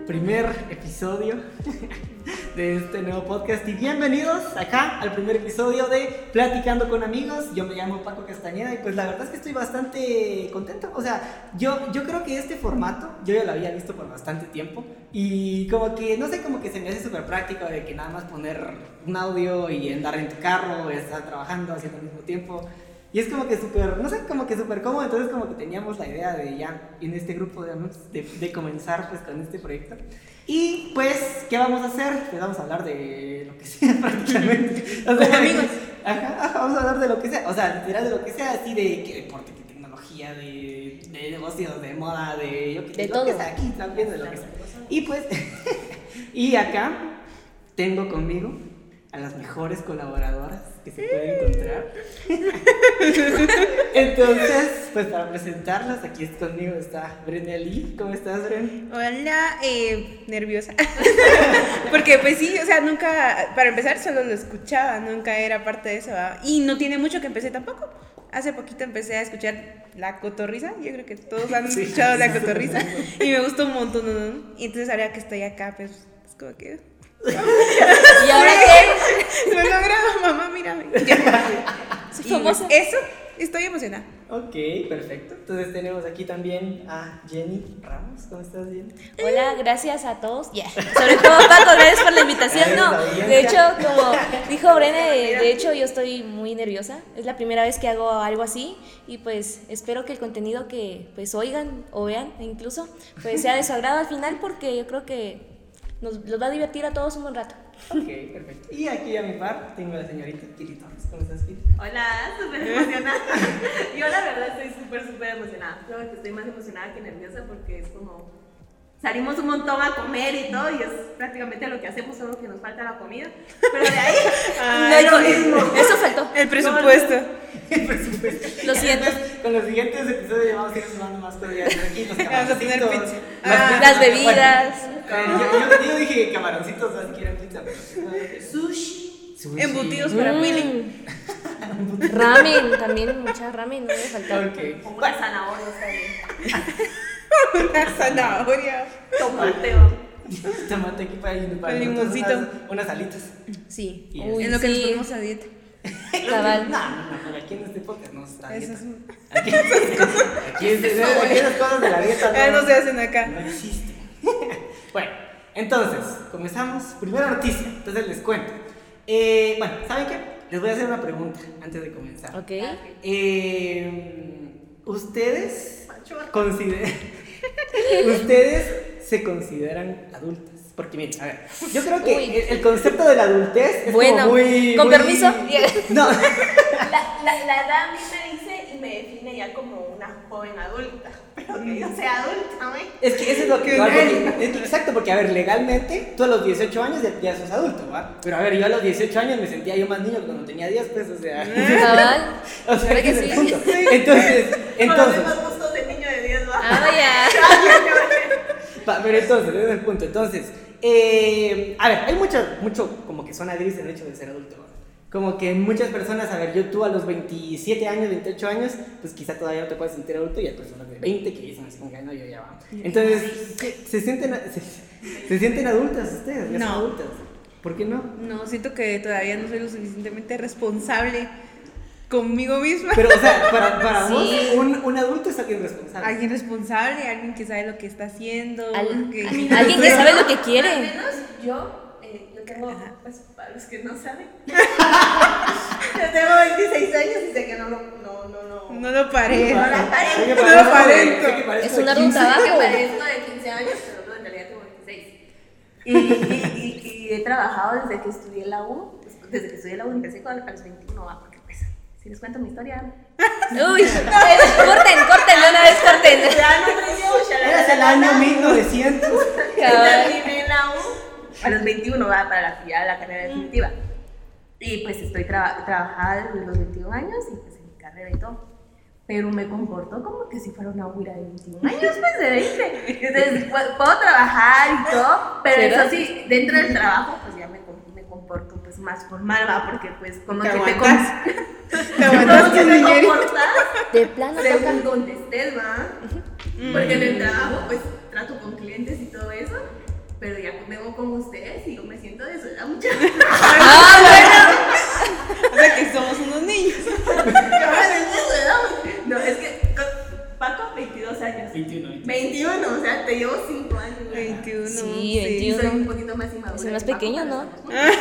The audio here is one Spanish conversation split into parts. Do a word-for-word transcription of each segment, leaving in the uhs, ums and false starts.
primer episodio de este nuevo podcast y bienvenidos acá al primer episodio de Platicando con Amigos. Yo me llamo Paco Castañeda y pues la verdad es que estoy bastante contento. O sea, yo, yo creo que este formato yo ya lo había visto por bastante tiempo y como que, no sé, como que se me hace súper práctico de que nada más poner un audio y andar en tu carro, estar trabajando, haciendo al mismo tiempo. Y es como que súper, no sé, como que súper cómodo. Entonces como que teníamos la idea de ya en este grupo de amigos de, de comenzar pues con este proyecto. Y pues, ¿qué vamos a hacer? Pues vamos a hablar de lo que sea prácticamente. O sea, como amigos. Ajá, ajá, vamos a hablar de lo que sea. O sea, literal de lo que sea, así de qué deporte, qué tecnología, de, de negocios, de moda, de... Yo, de lo todo. Que sea, aquí también de lo que sea. Y pues, y acá tengo conmigo a las mejores colaboradoras que se pueden encontrar. Entonces, pues para presentarlas, aquí conmigo está Brenda Lee. ¿Cómo estás, Bren? Hola, eh, nerviosa. Porque pues sí, o sea, nunca, para empezar solo lo escuchaba, nunca era parte de eso, ¿verdad? Y no tiene mucho que empecé tampoco. Hace poquito empecé a escuchar La Cotorrisa, yo creo que todos han Sí, escuchado sí, La sí, Cotorrisa, sí. y me gustó un montón, ¿no? ¿no? Y entonces ahora que estoy acá, pues, es como que... ¿Y ahora qué? Lo he logrado, mamá, mírame. Soy Y famosa. eso, estoy emocionada. Ok, perfecto. Entonces tenemos aquí también a Jenny Ramos. ¿Cómo estás, Jenny? Hola, gracias a todos. Yeah. Sobre todo Paco, gracias por la invitación. No, de hecho, como dijo Brene, de hecho yo estoy muy nerviosa. Es la primera vez que hago algo así y pues espero que el contenido que pues oigan o vean incluso pues sea de su agrado al final porque yo creo que nos los va a divertir a todos un buen rato. Ok, perfecto. Y aquí a mi par tengo a la señorita Kiri Torres. ¿Cómo estás, Kiri? Hola, súper emocionada. Yo la verdad estoy súper, súper emocionada. Creo que estoy más emocionada que nerviosa porque es como... Salimos un montón a comer y todo y es prácticamente lo que hacemos, solo que nos falta la comida. Pero de ahí Ay, no es lo sí. mismo. Eso faltó. El presupuesto. El presupuesto. Lo siento. Entonces, con los siguientes episodios ya vamos a ir sumando más cosas. Aquí los Vamos a tener camaroncitos. pizza. las Ah, pizzas, las bebidas. Bueno, yo, yo, yo dije camaroncitos, no si quieren pizza, pero... Sushi. Sushi. Embutidos para Willy. Mm. Ramen, también mucha ramen, no debe faltar. Ok. Como una zanahoria está bien. Una zanahoria. Tomate. Tomate aquí para, para Con nosotros, limoncito. Unas, unas alitas. Sí, Y Uy, en lo que sí. nos ponemos a dieta. Cabal. No, no, no, pero aquí en este podcast no está Eso dieta. es un... Aquí, aquí, es, aquí esas cosas de la dieta Ah, no se hacen acá. no existen. Bueno, entonces, comenzamos. Primera noticia, entonces les cuento. Eh, bueno, ¿saben qué? Les voy a hacer una pregunta antes de comenzar. Ok. Eh, ¿Ustedes consideran, ustedes se consideran adultas? Porque miren, a ver, yo creo que Uy. el, el concepto de la adultez es Bueno, como muy... con muy- permiso. No, La, la, la edad a mí me dice y me define ya como una joven adulta. Pero que yo sea adulta, ¿eh? es que eso es lo que... Qué va, bien. porque- es que exacto, porque a ver, legalmente, tú a los dieciocho años ya, ya sos adulto, ¿va? Pero a ver, yo a los dieciocho años me sentía yo más niño que cuando tenía diez, pues, o sea... Cabal. o sea, ¿Verdad que ese es el sí? punto. Entonces, Con los entonces... mismos gustos de niño de diez, ¿va? Ah, vaya. Va, pero entonces, ese es el punto. Entonces, eh, a ver, hay mucho, mucho como que zona gris en el hecho de ser adulto, ¿no? Como que muchas personas, a ver, yo tú a los veintisiete años, veintiocho años, pues quizá todavía no te puedes sentir adulto y hay personas de veinte que dicen así como que no, yo ya va. Entonces, ¿se, se sienten, se, se sienten adultas ustedes? ¿Ya No. son adultas? ¿Por qué no? No, siento que todavía no soy lo suficientemente responsable conmigo misma. Pero, o sea, para, para Sí. vos, un, un adulto es alguien responsable. Alguien responsable, alguien que sabe lo que está haciendo. Al- que- alguien que sabe lo que Al quiere. menos yo, eh, yo tengo, Ajá. pues para los que no saben, yo tengo veintiséis años y sé que no lo, no, no, no. No lo paré. No la paré. Sé que No parezco lo de- parezco. sé que parezco Es de un arduo quince. trabajo. Que parezco de quince años, pero no, en realidad tengo veintiséis. Y, y, y, y he trabajado desde que estudié la U, pues, desde que estudié la U empecé con, a los veintiuno, ¿va? Porque pues, si les cuento mi historia, Uy, corten, corten, de una vez corten. ya no creció, Eras el año mil novecientos. Cabal. terminé la U a los veintiuno, va, para la, ya la carrera definitiva. Y pues estoy traba- trabajada desde los veintiún años y pues en mi carrera y todo. Pero me comporto como que si fuera una güira de veintiún años, pues de veinte. Entonces pu- puedo trabajar y todo, pero ¿Será? eso sí, dentro del trabajo pues ya me, com- me comporto pues más formal, va, porque pues como Te que te, aguantas. com- Te aguantas como que tu te niñera. comportas De plano según toca. donde estés, va. Porque en el trabajo pues trato con clientes y todo eso. pero ya vengo con ustedes y yo me siento de su edad mucho. Ah, bueno. O sea que somos unos niños. No, es que Paco, veintidós años. veintiuno. veintiuno, o sea, te llevo cinco años. ¿verdad? veintiuno. Sí, Y veintiuno. soy un poquito más inmadura. Es el más que Paco, pequeño, pero ¿no? somos-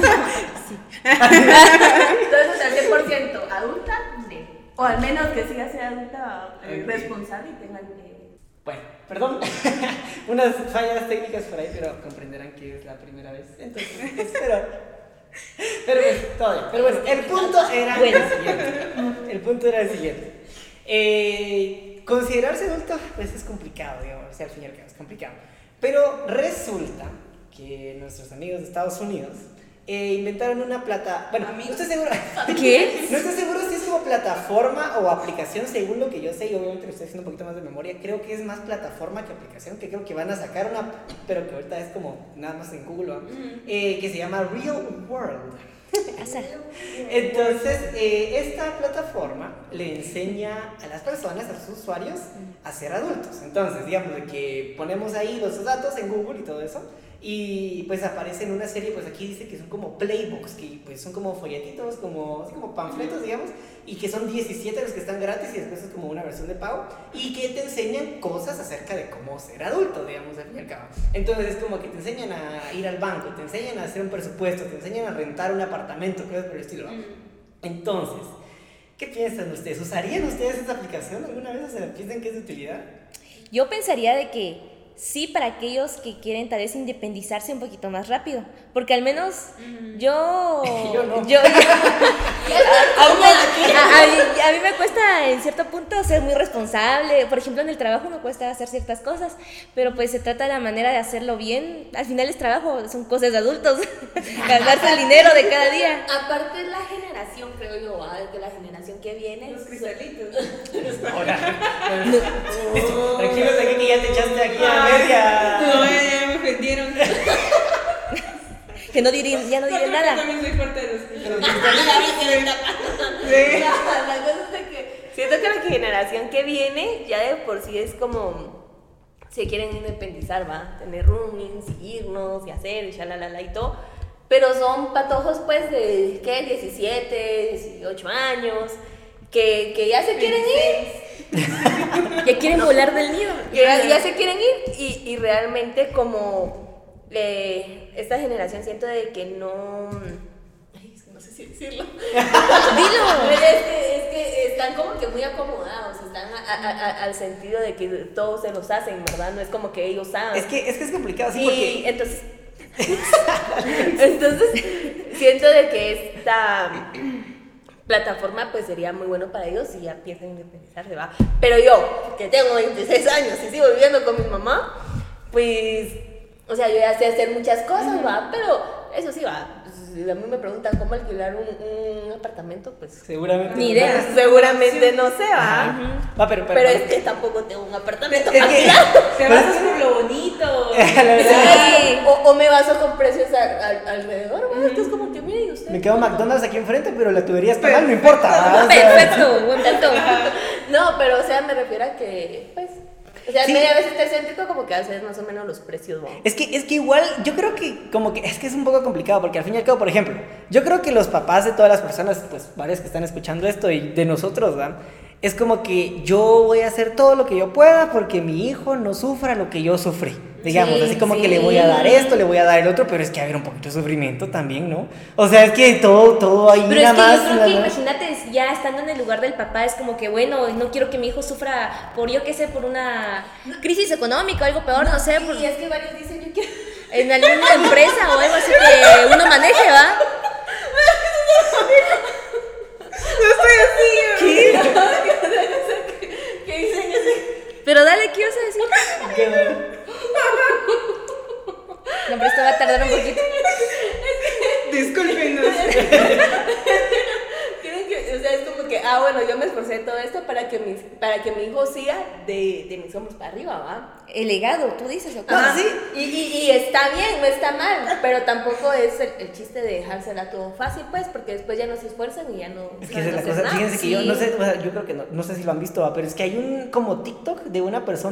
Entonces, o sea, cien por ciento adulta, sí. O al menos que siga sea adulta eh, Ok. responsable y tenga que. Bueno, perdón, unas fallas técnicas por ahí, pero comprenderán que es la primera vez. Entonces, espero. Pero pues, todo bien. Pero bueno, el punto era Bueno. el siguiente. El punto era el siguiente. Eh, considerarse adulto, pues es complicado, digamos, o sea, al fin y al cabo es complicado. Pero resulta que nuestros amigos de Estados Unidos eh, inventaron una plata. Bueno, no estoy seguro. ¿Qué? No estoy seguro si es como plataforma o aplicación, según lo que yo sé, y obviamente lo estoy haciendo un poquito más de memoria. Creo que es más plataforma que aplicación, que creo que van a sacar una, pero que ahorita es como nada más en Google, ¿no? eh, que se llama Real World. Azar. Entonces, eh, esta plataforma le enseña a las personas, a sus usuarios, a ser adultos. Entonces, digamos de que ponemos ahí los datos en Google y todo eso, y pues aparece en una serie, pues aquí dice que son como playbooks, que pues son como folletitos, como, así como panfletos, digamos, y que son diecisiete los que están gratis y después es como una versión de pago, y que te enseñan cosas acerca de cómo ser adulto, digamos, al fin y al cabo. Entonces es como que te enseñan a ir al banco, te enseñan a hacer un presupuesto, te enseñan a rentar un apartamento, cosas por el estilo. ¿Va? Entonces, ¿qué piensan ustedes? ¿Usarían ustedes esta aplicación alguna vez? O sea, ¿piensan que es de utilidad? Yo pensaría de que sí para aquellos que quieren tal vez independizarse un poquito más rápido, porque al menos yo Yo no. yo- a, a mí, a- a mí- a mí me cuesta en cierto punto ser muy responsable. Por ejemplo, en el trabajo me cuesta hacer ciertas cosas, pero pues se trata de la manera de hacerlo bien. Al final es trabajo, son cosas de adultos, ganarse el dinero de cada día. Aparte, la generación, creo yo, ¿va? De que la generación que viene. Los cristalitos. Ahora, tranquilos aquí que ya te echaste aquí a media. No, ya, ya me ofendieron. Que no diré, ya no Yo diré creo que nada. también soy parte de los cristalitos. Sí. La cosa es de que siento que la generación que viene ya de por sí es como se quieren independizar, va, tener roomings, y irnos y hacer y shalalala y todo, pero son patojos pues de ¿qué? diecisiete, dieciocho años que, que ya se quieren ir, Que quieren volar del nido. que ya, ya se quieren ir y, y realmente como eh, esta generación siento de que no, ay, es que no sé si decirlo. Dilo. Es que, es que están como que muy acomodados, están a- a- a- al sentido de que todos se los hacen, ¿verdad? No es como que ellos saben. Es que es, que es complicado, sí, Y porque... entonces, entonces siento de que esta plataforma pues sería muy bueno para ellos si ya piensan independizarse, ¿va? Pero yo, que tengo veintiséis años y sigo viviendo con mi mamá, pues, o sea, yo ya sé hacer muchas cosas, ¿va? Pero eso sí, va. Si a mí me preguntan cómo alquilar un, un apartamento, pues Seguramente... Ni idea. seguramente no sé, ¿va? Ajá. Va, pero... Pero es que tampoco tengo un apartamento Es para que- alquilar. Te vas a hacer lo bonito. La verdad, Sí. O, o me baso con precios al- al- alrededor, ¿va? Entonces como que mire y usted. me quedo McDonald's aquí enfrente, pero la tubería está mal, no importa. ¿va? O sea, Perfecto, buen punto. No, pero o sea, me refiero a que, pues, o sea, Sí. media vez este céntrico como que haces más o menos los precios, ¿no? Es que, es que igual, yo creo que como que es que es un poco complicado, porque al fin y al cabo, por ejemplo, yo creo que los papás de todas las personas, pues varias que están escuchando esto y de nosotros, ¿verdad? Es como que yo voy a hacer todo lo que yo pueda porque mi hijo no sufra lo que yo sufrí. Digamos, Sí, así como sí. que le voy a dar esto, le voy a dar el otro, pero es que va a haber un poquito de sufrimiento también, ¿no? O sea, es que todo, todo ahí Pero es nada que más. yo creo nada que más. imagínate, ya estando en el lugar del papá, es como que, bueno, no quiero que mi hijo sufra por, yo qué sé, por una crisis económica o algo peor, no, sé, por, Y es que varios dicen, yo quiero... en alguna empresa o algo así que uno maneje, ¿va? No estoy así. ¿Qué? ¿Qué dicen ese? Pero dale, ¿qué ibas a decir? No, pero esto va a tardar un poquito. Discúlpenos. Tienen que, o sea, es como que, ah, bueno, yo me esforcé todo esto para que, mis, para que mi hijo siga de, de mis hombros para arriba, ¿va? El legado, tú dices, ¿o qué? Ah, sí. Y, y, y está bien, no está mal, pero tampoco es el, el chiste de dejársela todo fácil, pues, porque después ya no se esfuerzan y ya no Es que saben esa es la hacer cosa, nada. fíjense que sí. yo no sé, o sea, yo creo que no, no sé si lo han visto, ¿va? Pero es que hay un como TikTok de una persona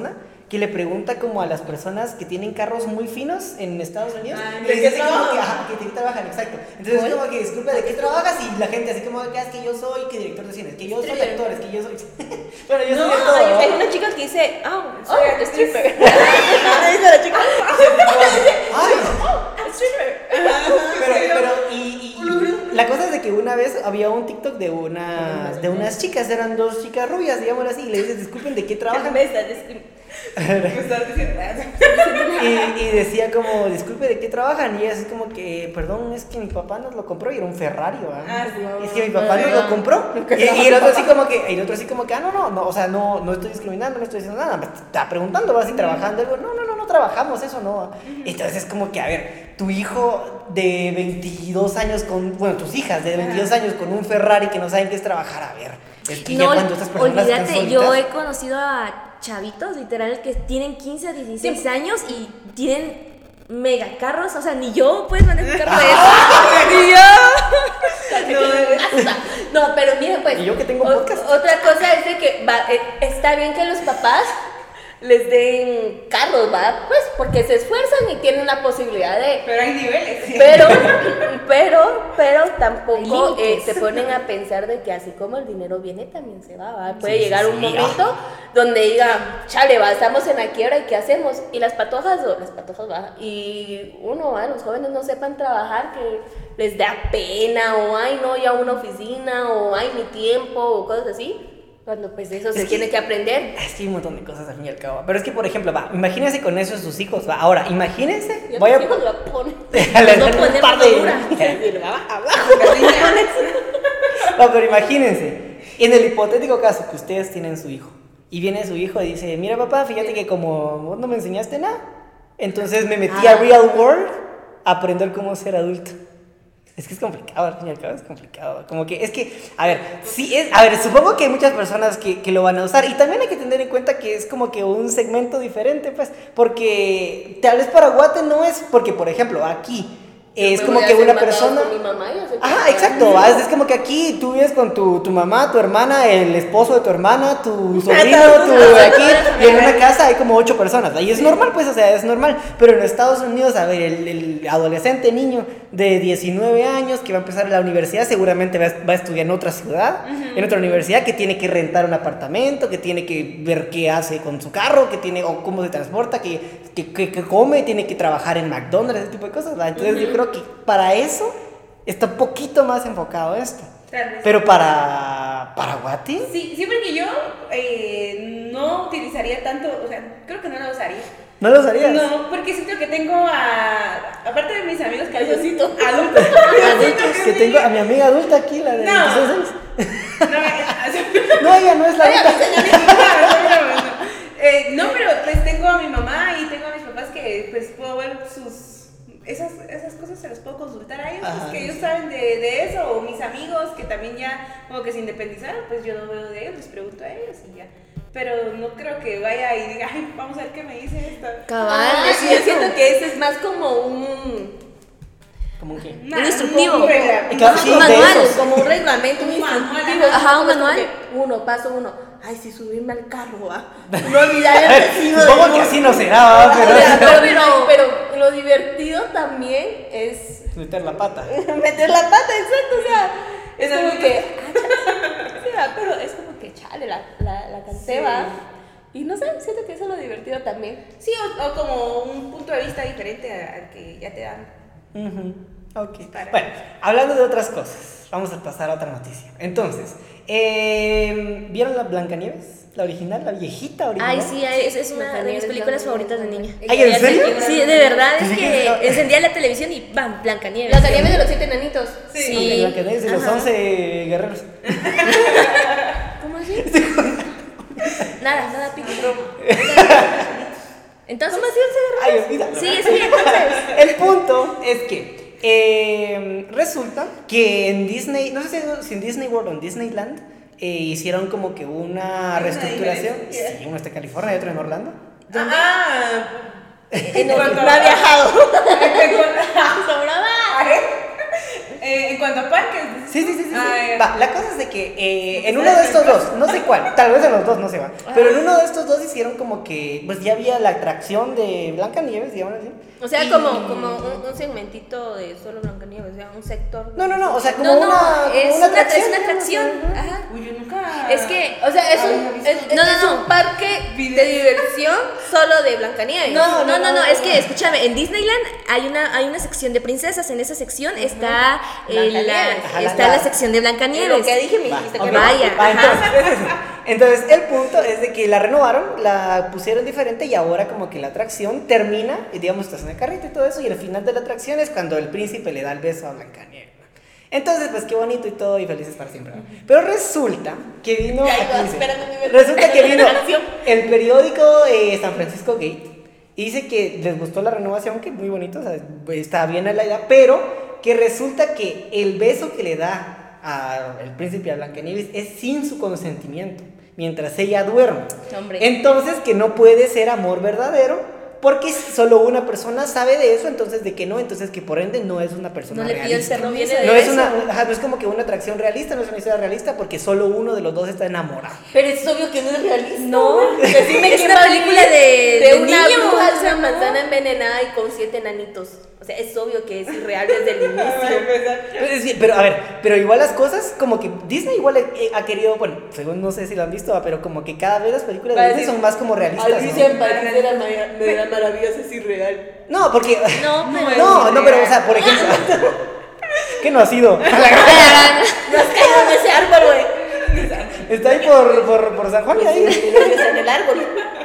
que le pregunta como a las personas que tienen carros muy finos en Estados Unidos. Ah, y ¿de les qué dice como trabajan? que, ajá, que de qué trabajan, exacto. Entonces es como que, disculpa, ¿de qué trabajas? Y la gente así como, que es que yo soy que director de cine, es que yo soy Stripper. actor, es que yo soy... bueno, yo No, soy de todo. hay, ¿no? hay una chica que dice, oh, Soy oh, actriz. stripper. Ahí dice la chica, Ay, oh, stripper. pero, pero, y, y- y la cosa es de que una vez había un TikTok de unas, de unas chicas, eran dos chicas rubias, digámoslo así, y le dices, disculpen, ¿de qué trabajan? Me está descri- Me estás diciendo. Y, y decía como, disculpe, ¿de qué trabajan? Y ella así como que, perdón, es que mi papá nos lo compró y era un Ferrari, ¿verdad? Ah, sí. Y es que mi papá nos lo compró. Y, y el otro así como que, y el otro así como que, ah, no, no, no, o sea, no, no estoy discriminando, no estoy diciendo nada, me está preguntando, vas y trabajando algo, no, no, no, no trabajamos, eso no. Entonces es como que, a ver, tu hijo de veintidós años con, bueno, tus hijas de veintidós años con un Ferrari que no saben qué es trabajar, a ver, es que ya No, cuando estas personas están olvídate, yo solitas- he conocido a chavitos, literal, que tienen quince a dieciséis años y tienen mega carros, o sea, ni yo puedes manejar un carro de eso. Ni yo. No, no, pero miren, pues. Y yo que tengo o- podcast. Otra cosa es de que va, eh, está bien que los papás les den carros, ¿va? Pues porque se esfuerzan y tienen la posibilidad de. Pero hay niveles. ¿sí? Pero, pero, pero tampoco Hay eh, límites. se ponen a pensar de que así como el dinero viene, también se va, ¿va? Puede Sí, sí, llegar un sí. momento donde diga, chale, va, estamos en la quiebra y ¿qué hacemos? Y las patojas, o las patojas, va, y uno, va, los jóvenes no sepan trabajar, que les da pena, o ay, no, ya una oficina, o ay, mi tiempo, o cosas así. Cuando pues eso se Es que- tiene que aprender. Es que hay un montón de cosas al fin y al cabo. Pero es que, por ejemplo, va, imagínense con eso sus hijos, va. Ahora, imagínense. Ya Voy a. mis hijos lo ponen. Le No dan un poner par de- dura. No, pero imagínense. En el hipotético caso que ustedes tienen su hijo. Y viene su hijo y dice: mira, papá, fíjate que como vos no me enseñaste nada, entonces me metí a Ah. Real World a aprender cómo ser adulto. Es que es complicado, al fin y al cabo es complicado. Como que, es que, a ver, sí es, a ver, supongo que hay muchas personas que, que lo van a usar. Y también hay que tener en cuenta que es como que un segmento diferente, pues. Porque tal vez para Guate no es, porque por ejemplo, aquí es Me como voy a que hacer una mandados persona. con mi mamá, yo sé que- Ajá, exacto, ¿va? Es, es como que aquí tú vives con tu, tu mamá, tu hermana, el esposo de tu hermana, tu sobrino, tu aquí, y en una casa hay como ocho personas, ahí es normal, pues, o sea, es normal, pero en Estados Unidos, a ver, el, el adolescente niño de diecinueve años que va a empezar la universidad, seguramente va a, va a estudiar en otra ciudad, en otra universidad, que tiene que rentar un apartamento, que tiene que ver qué hace con su carro, que tiene, o cómo se transporta, que, que, que, que come, tiene que trabajar en McDonald's, ese tipo de cosas, ¿va? Entonces yo creo que para eso está un poquito más enfocado esto. Tal vez. Pero para, para Guati, Sí, sí, porque yo eh, no utilizaría tanto, o sea, creo que no lo usaría. ¿no lo usarías? No, porque siento que tengo a, aparte de mis amigos que Adiosito. adultos, Adultos, que tengo a mi amiga adulta aquí, la de No. veintiséis años. no, me- No, ella no es la adulta. Eh, no, pero pues tengo a mi mamá y tengo a mis papás que pues puedo ver sus esas, esas cosas se las puedo consultar a ellos, pues, Ajá, que ellos sí. saben de, de eso, o mis amigos que también ya como que se independizaron, pues yo no veo de ellos, les pregunto a ellos y ya. Pero no creo que vaya y diga, ay, vamos a ver qué me dice esto. Cabal, Ah, sí, yo siento que ese es más como un, ¿Cómo que? Nah, instructivo. un regla- Claro, sí, un de manual, esos. como un reglamento, un Un manual, instructivo. ajá. Ajá, un Como es como manual. que Uno, paso uno. Ay, si subirme al carro, ¿va? No olvidar el recibo de Supongo luz. que así no será, ¿va? O sea, pero pero, pero, pero lo divertido también es meter la pata. meter la pata, exacto, o sea, es Es como algo que, ah, sí, va, pero es como que chale, la, la, la canté, Sí. va. Y no sé, siento que eso es lo divertido también. Sí, o, o como un punto de vista diferente al que ya te dan. Ujú, ok. Para- Bueno, hablando de otras cosas, vamos a pasar a otra noticia. Entonces, eh, ¿vieron la Blancanieves? La original, la viejita original. Ay, sí, es, es una de mis películas favoritas de niña. Ay, ¿en serio? Sí, de verdad, es Sí, que no. encendía la televisión y ¡bam! Blancanieves. Blancanieves de los siete enanitos. Sí. Sí. Ok, Blancanieves y los Ajá. once guerreros. ¿Cómo así? nada, nada pico. Entonces, ¿cómo así Ay, olvídalo. Sigue, sigue, entonces. El punto es que eh, resulta que en Disney, no sé si- si en Disney World o en Disneyland, eh, hicieron como que una Hay una reestructuración. diferencia. Sí, uno está en California y otro en Orlando. Ah, En cuanto- no ha viajado. en cuanto- Sobraba. Eh, en cuanto a parques, Sí, sí, sí, sí. Ah, sí. ya. Va, la cosa es de que eh, en uno de estos dos, no sé cuál, tal vez en los dos, no sé, va. Pero en uno de estos dos hicieron como que, pues ya había la atracción de Blancanieves, digamos así. O sea, Y- como, como un, un segmentito de solo Blancanieves, o sea, un sector. No, no, no, o sea, como No, no, una, como es una una, atracción. es una digamos, atracción. ajá. Ajá. Uy, yo nunca. Es que, o sea, es había un, visto. es, es- No, no, es no. un parque de diversión solo de Blancanieves. No, no, no, no, es que escúchame, en Disneyland hay una, hay una sección de princesas, en esa sección está, eh, la, Blancanieves. Ajá, está la- la sección de Es lo Blancanieves. que dije, me Va, dijiste ok. que no. Vaya. Va, Ajá. entonces, entonces, el punto es de que la renovaron, la pusieron diferente y ahora como que la atracción termina, y digamos, estás en el carrito y todo eso, y el final de la atracción es cuando el príncipe le da el beso a Blancanieves. ¿No? Entonces, pues qué bonito y todo, y felices para siempre. ¿No? Pero resulta que vino, Ya aquí iba dice, esperando mi beso. resulta que vino Atracción. el periódico eh, San Francisco Gate, y dice que les gustó la renovación, que muy bonito, o sea, está bien a la idea, pero que resulta que el beso que le da al príncipe a Blancanieves es sin su consentimiento, mientras ella duerme. Hombre. Entonces que no puede ser amor verdadero, porque solo una persona sabe de eso, entonces de que no, entonces que por ende no es una persona No le pidió el realista. permiso viene de No es, eso. una, ajá, no es como que una atracción realista, no es una historia realista, porque solo uno de los dos está enamorado. Pero es obvio que no es realista. No, Decime es quién una va a película vivir de- de de una niños, bruja, o sea, una no. manzana envenenada y con siete enanitos. O sea, es obvio que es irreal desde el inicio. Pues sí, pero a ver, pero igual las cosas, como que Disney igual eh, ha querido, bueno, según no sé si lo han visto, pero como que cada vez las películas de Disney son más como realistas. Alicia en ¿no? País de las Mara- de las Maravillas es irreal. No, porque. No, pero- No, no, pero, o sea, por ejemplo. ¿Qué no ha sido? No has caído en ese árbol, güey. Está ahí por, por, por San Juan y ahí. Y lo ves en el árbol.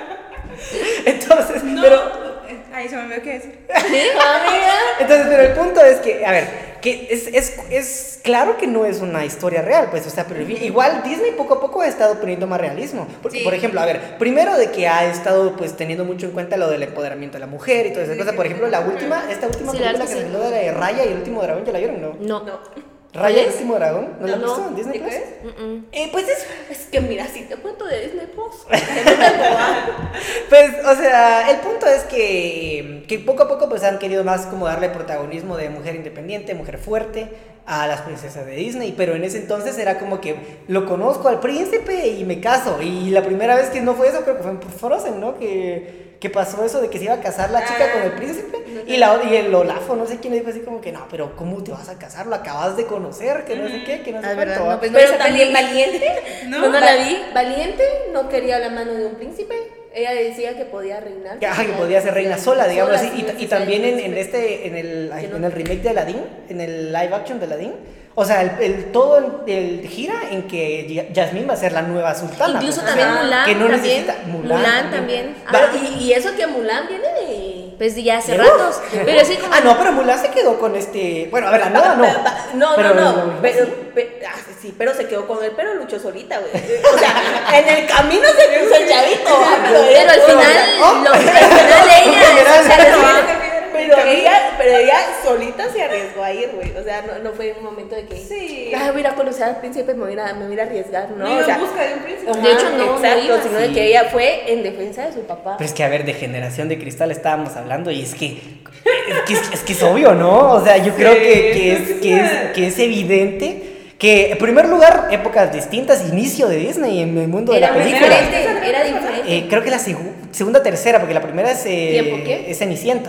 Entonces, No. pero. Ay, se me olvidó qué decir. Amiga. Entonces, pero el punto es que, a ver, que es, es, es claro que no es una historia real, pues, o sea, pero igual Disney poco a poco ha estado poniendo más realismo. Porque, Sí. por ejemplo, a ver, primero de que ha estado, pues, teniendo mucho en cuenta lo del empoderamiento de la mujer y todas esas cosas. Por ejemplo, la última, esta última Sí, la película verdad que que salió de la de Raya y el último dragón, ¿ya la vieron, no? No. No. Raya y el es? último dragón, ¿no la han No, visto en Disney ¿de Plus? qué es? Mm-mm. Eh, pues es Es que mira, si te cuento de Disney Plus, te metes boba. Pues, o sea, el punto es que, que poco a poco pues han querido más como darle protagonismo de mujer independiente, mujer fuerte a las princesas de Disney, pero en ese entonces era como que lo conozco al príncipe y me caso, y la primera vez que no fue eso creo que fue en Frozen, ¿no? Que, que pasó eso de que se iba a casar la chica Ah, con el príncipe, y, la, y el Olafo, no sé quién le dijo así como que no, pero ¿cómo te vas a casar? Lo acabas de conocer, que no sé qué, que no sé Ah, cuánto. verdad, ¿va? no, pues no, Pero esa también peli- Valiente. No, no la vi. Valiente no quería la mano de un príncipe. Ella decía que podía reinar. Que, ajá, que podía ser reina sola, digamos Sola, así. sin Y, y necesidad también de en, en príncipe. este, en el, ay, Que no- en el remake de Aladdin, en el live action de Aladdin, o sea, el, el- todo el, el gira en que Ya- Jasmine va a ser la nueva sultana. Incluso pues, también o sea, Mulan. que no también. necesita Mulan, Mulan también. también. Va- Ajá. Pero, y, y eso que Mulan viene de. Pues ya hace ¿Llegó? ratos. Pero así como. Ah, no, pero Mulan se quedó con este. Bueno, a ver, la nueva no. Va- va- No, Pero no, la no. original Pero, sí. pe- ah, sí, pero se quedó con él, pero luchó solita, güey. O sea, en el camino se puso el chavito. ah, Pero, Pero ella- al final, Oh. lo, al final ella General. se arriesgó. Pero ella, pero ella solita se arriesgó a ir, güey. O sea, no, no fue un momento de que. Sí. Ay, voy a ir a conocer al príncipe, me voy a, ir a- me voy a ir a arriesgar, ¿no? No iba o sea, en busca de un príncipe. ajá, De hecho, no, no exacto, iba. sino Sí. de que ella fue en defensa de su papá. Pero es que, a ver, de generación de cristal estábamos hablando y es que es que es, es, que es obvio, ¿no? O sea, yo creo Sí, que, que, es, es que, es, una- que es evidente que, en primer lugar, épocas distintas, inicio de Disney en el mundo de Era la película. diferente, era diferente. Eh, creo que la segu- segunda, tercera, porque la primera es, eh, ¿Tiempo qué? es Cenicienta.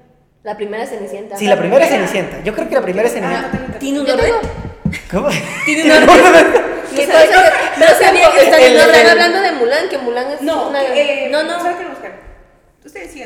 La primera Cenicienta. Sí, la primera es Cenicienta. Yo creo que la primera es Cenicienta. Tiene un Yo orden. tengo. ¿Cómo? Tiene un orden. ¿Qué cosa? Pero sabía que están, el- no, están el- hablando de Mulan, que Mulan es No, una. eh, no, no. ¿Sabes qué buscar? Ustedes sigan.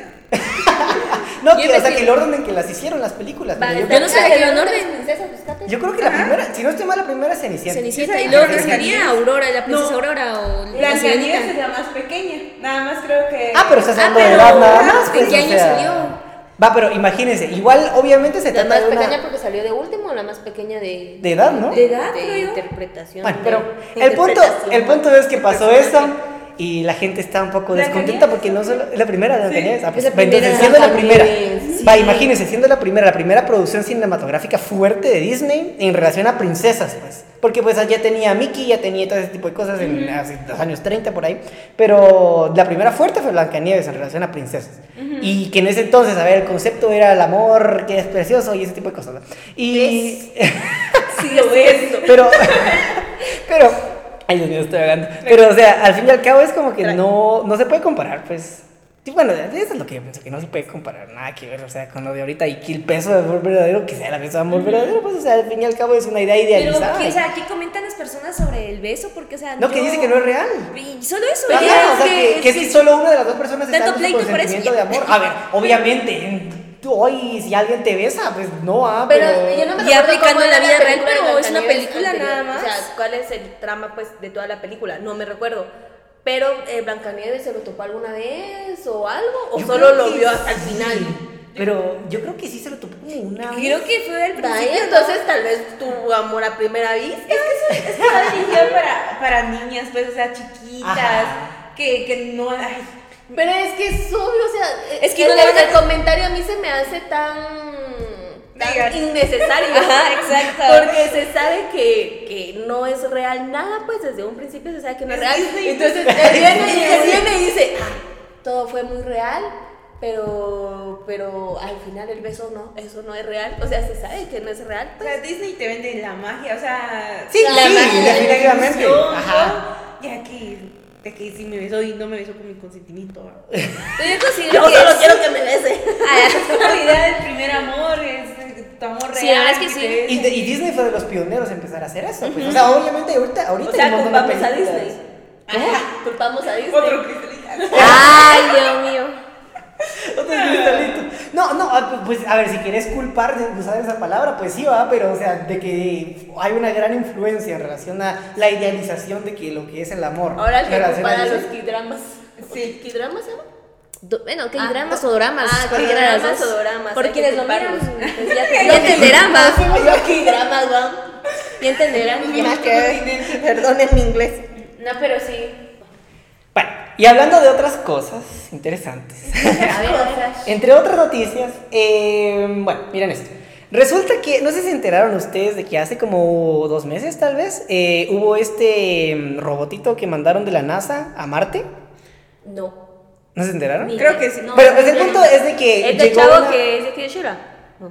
No, Yo que, o sea, investigué. que el orden en que las hicieron las películas. Va, pero yo, está- yo no sabía ah, que iba en de orden. las princesas, búscate. yo creo que la primera, si no estoy mal, la primera es Cenicienta. Cenicienta. Sí, Y luego sí, sería sí. Aurora, la princesa No. Aurora o la Blancanieves sirenita. es la más pequeña. Nada más creo que. Ah, pero estás Ah, hablando de pero- edad nada ah, más. ¿en pues, qué o año sea, salió? Va, pero imagínense, igual obviamente se La trata más de una... pequeña porque salió de último, la más pequeña de. De edad, ¿no? De, edad, de creo yo. interpretación. Bueno, de- pero de el punto, interpretación. el punto es que pasó eso y la gente está un poco descontenta porque no solo... La primera de Blancanieves. Ah, pues, Es la va, entonces, primera. siendo la primera... Blancanieves, Va, sí. imagínense, siendo la primera, la primera producción cinematográfica fuerte de Disney en relación a princesas, pues. Porque pues ya tenía a Mickey, ya tenía todo ese tipo de cosas en hace los años treinta por ahí. Pero la primera fuerte fue Blancanieves en relación a princesas. Y que en ese entonces, a ver, el concepto era el amor, que es precioso y ese tipo de cosas, ¿no? Y... Sí, lo ves. Pero, pero, ay Dios mío, estoy hablando. Pero, o sea, al fin y al cabo es como que no, no se puede comparar, pues. Sí, bueno, eso es lo que yo pienso, que no se puede comparar nada que ver, o sea, con lo de ahorita y que el peso de amor verdadero, que sea la beso de amor verdadero, pues, o sea, al fin y al cabo es una idea idealizada. Pero, ¿qué, o sea, ¿qué comentan las personas sobre el beso? Porque, o sea, no, yo... que dice que no es real. Y solo eso. Ajá, ya, o sea, que, que, que si solo una de las dos personas está tanto en su pleito por eso, consentimiento ya. de amor. A ver, obviamente, tú hoy si alguien te besa, pues no, ah, Pero, pero... yo no me Y recuerdo aplicando cómo en la era vida real, película de pero es una Blancanieves película anterior. nada más. O sea, ¿cuál es el trama, pues, de toda la película? No me recuerdo. Pero, eh, ¿Blancanieves se lo topó alguna vez o algo? ¿O Yo solo creo lo que vio sí. hasta el final? Pero yo creo que sí se lo topó como una vez. Creo que fue al principio. Ahí, entonces, tal vez tu amor a primera vista. Es que eso es está dirigido para, para niñas, pues, o sea, chiquitas, Ajá. que, que no... Ay, Pero es que es obvio, o sea, Es que el, no le van a- el comentario a mí se me hace tan, tan Digan. innecesario. Ajá, exacto. Porque se sabe que, que no es real nada, pues desde un principio se sabe que no es Es real. Disney. Entonces él viene, y él viene y dice, ah, todo fue muy real, pero, pero al final el beso no, eso no es real. O sea, se sabe que no es real. O Pues. sea, Disney te vende la magia, o sea... Sí, la sí, magia, la definitivamente. ilusión, Ajá. ¿no? Ya que, de que sí me besó y no me besó con mi consentimiento. ¿no? Pero yo considero Yo que solo es- quiero que me bese. Ah, Es como la idea del primer amor, es eh, tu amor real. Sí, la verdad es que te sí. besa. Y, de- y Disney fue de los pioneros en empezar a hacer eso. Pues. O sea, obviamente ahorita, ahorita O sea, hay un montón de culpamos a películas. Disney. Culpamos a Disney. Otro cristalito. Ay, Dios mío. Otro cristalito. No, no, ah, pues a ver, si quieres culpar de usar esa palabra, pues sí va, pero o sea, de que hay una gran influencia en relación a la idealización de que lo que es el amor. Ahora el en que relación compara a los Disney. K-dramas. Sí. ¿K-dramas se llama? Do- Bueno, que Ah, dramas no. o dramas. Ah, cualquiera de las K-dramas dos. o dramas, Por hay que quienes lo miran, culparlos. pues ya, ya entenderán, va. Yo K-dramas, ¿va? Ya entenderán. Ya que, Perdonen mi inglés. No, pero sí. Bueno, y hablando de otras cosas interesantes. A ver, a ver. Entre otras noticias, eh, bueno, miren esto. Resulta que, no sé si se enteraron ustedes de que hace como dos meses tal vez, eh, hubo este mm, robotito que mandaron de la NASA a Marte. No. ¿No se enteraron? Ni- creo que sí. No, Pero pues no, el no, punto no. es de que El del llegó chavo una- que es de aquí de Shura. No,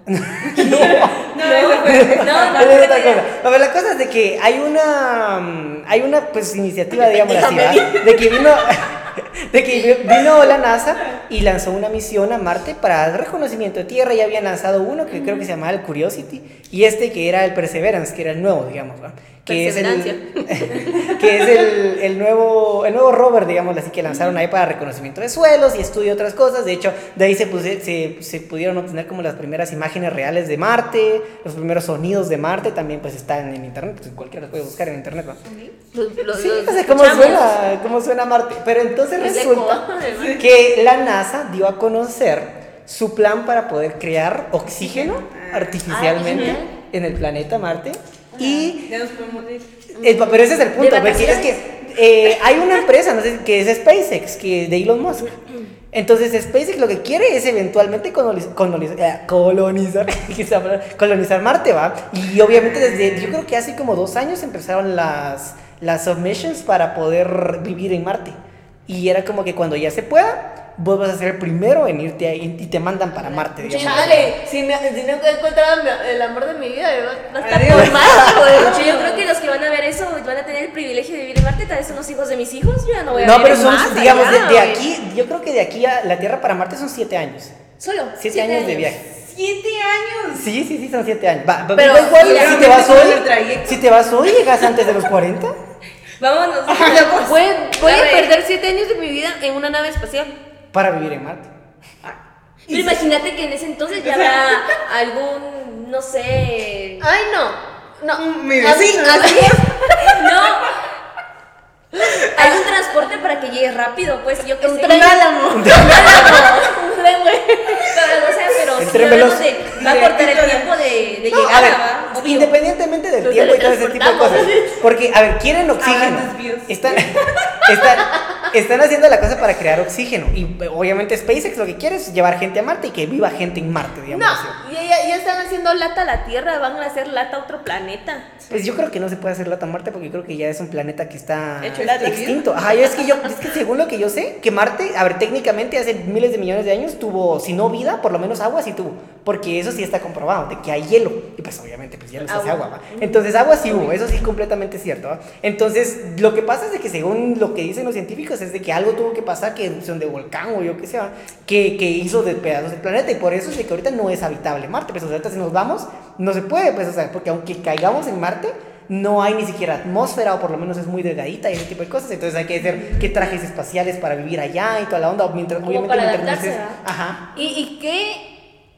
eso fue. No, no, Esa es no, otra no, cosa. A ver, la cosa es de que hay una mm, hay una pues iniciativa, digamos así, ¿va? De que vino de que vino la NASA y lanzó una misión a Marte para el reconocimiento de Tierra. Ya habían lanzado uno que creo que se llamaba el Curiosity y este que era el Perseverance, que era el nuevo, digamos, ¿va? Que es el que es el, el nuevo el nuevo rover, digamos así, que lanzaron ahí para reconocimiento de suelos y estudio de otras cosas. De hecho, de ahí se, puse- se, se pudieron obtener como las primeras imágenes reales de Marte, los primeros sonidos de Marte también pues están en internet, pues cualquiera los puede buscar en internet, ¿va? Los, los, Sí, los o sea, cómo escuchamos. suena, cómo suena Marte. Pero entonces Es resulta eco. que la NASA dio a conocer su plan para poder crear oxígeno artificialmente Ah, en el planeta Marte. Y Ya nos podemos ir. es- pero ese es el punto, ¿De porque es que eh, hay una empresa, no sé, que es SpaceX, que de Elon Musk. Entonces SpaceX lo que quiere es eventualmente coloniz- coloniz- eh, colonizar, quizá palabra, colonizar Marte, ¿va? Y obviamente desde, yo creo que hace como dos años empezaron las, las submissions para poder vivir en Marte. Y era como que cuando ya se pueda, vos vas a ser el primero en irte ahí y te mandan para Marte, digamos. Chale, si, me, si no he encontrado mi- el amor de mi vida, va a estar Adiós. por mal, De güey. hecho, yo creo que los que van a ver eso van a tener el privilegio de vivir en Marte. Tal vez son los hijos de mis hijos. Yo ya no voy a No, ver pero son, más digamos, de, allá, de güey. aquí, yo creo que de aquí a la Tierra para Marte son siete años. Solo. Siete, años, de viaje. ¡Siete años! Sí, sí, sí, son siete años. Va, va, Pero, va igual, mira, si te vas todo hoy, el trayecto. si te vas hoy, llegas antes de los cuarenta. Vámonos. Voy, voy a Arre. perder siete años de mi vida en una nave espacial. Para vivir en Marte. Pero imagínate que en ese entonces ya habrá algún, no sé. Ay, no. No. Mi así, vecino. así es. No. Algún transporte para que llegues rápido, pues yo que Un sé. tren álamo. Un tren, güey. Pero, o sea, pero El si tren hablamos veloz. de. Va a cortar el tiempo de, de No, a llegada, ver, ¿va? Obvio. independientemente del Nos tiempo y todo ese tipo de cosas. teletransportamos. Porque, a ver, quieren oxígeno. desvíos. Están, están, están haciendo la cosa para crear oxígeno. Y obviamente SpaceX lo que quiere es llevar gente a Marte y que viva gente en Marte, digamos. No, ya, ya, ya están haciendo lata a la Tierra, van a hacer lata a otro planeta. Pues yo creo que no se puede hacer lata a Marte porque creo que ya es un planeta que está Hecho lata, extinto. Ajá, yo, es que yo, es que según lo que yo sé, que Marte, a ver, técnicamente hace miles de millones de años tuvo, si no vida, por lo menos agua sí tuvo. Porque eso sí está comprobado, de que hay hielo. Y pues obviamente, pues hielo se hace agua, ¿va? Entonces agua sí hubo, eso sí es completamente cierto, ¿va? Entonces, lo que pasa es de que según lo que dicen los científicos es de que algo tuvo que pasar, que erupción de volcán o yo qué sé, ¿va? que, que hizo de pedazos el planeta. Y por eso es de que ahorita no es habitable Marte. Pues o sea, ahorita si nos vamos, no se puede, pues o sea, porque aunque caigamos en Marte, no hay ni siquiera atmósfera, o por lo menos es muy delgadita y ese tipo de cosas. Entonces hay que hacer qué trajes espaciales para vivir allá y toda la onda. Mientras, Como obviamente, para mientras adaptarse, es- ¿verdad? Ajá. ¿Y, y qué?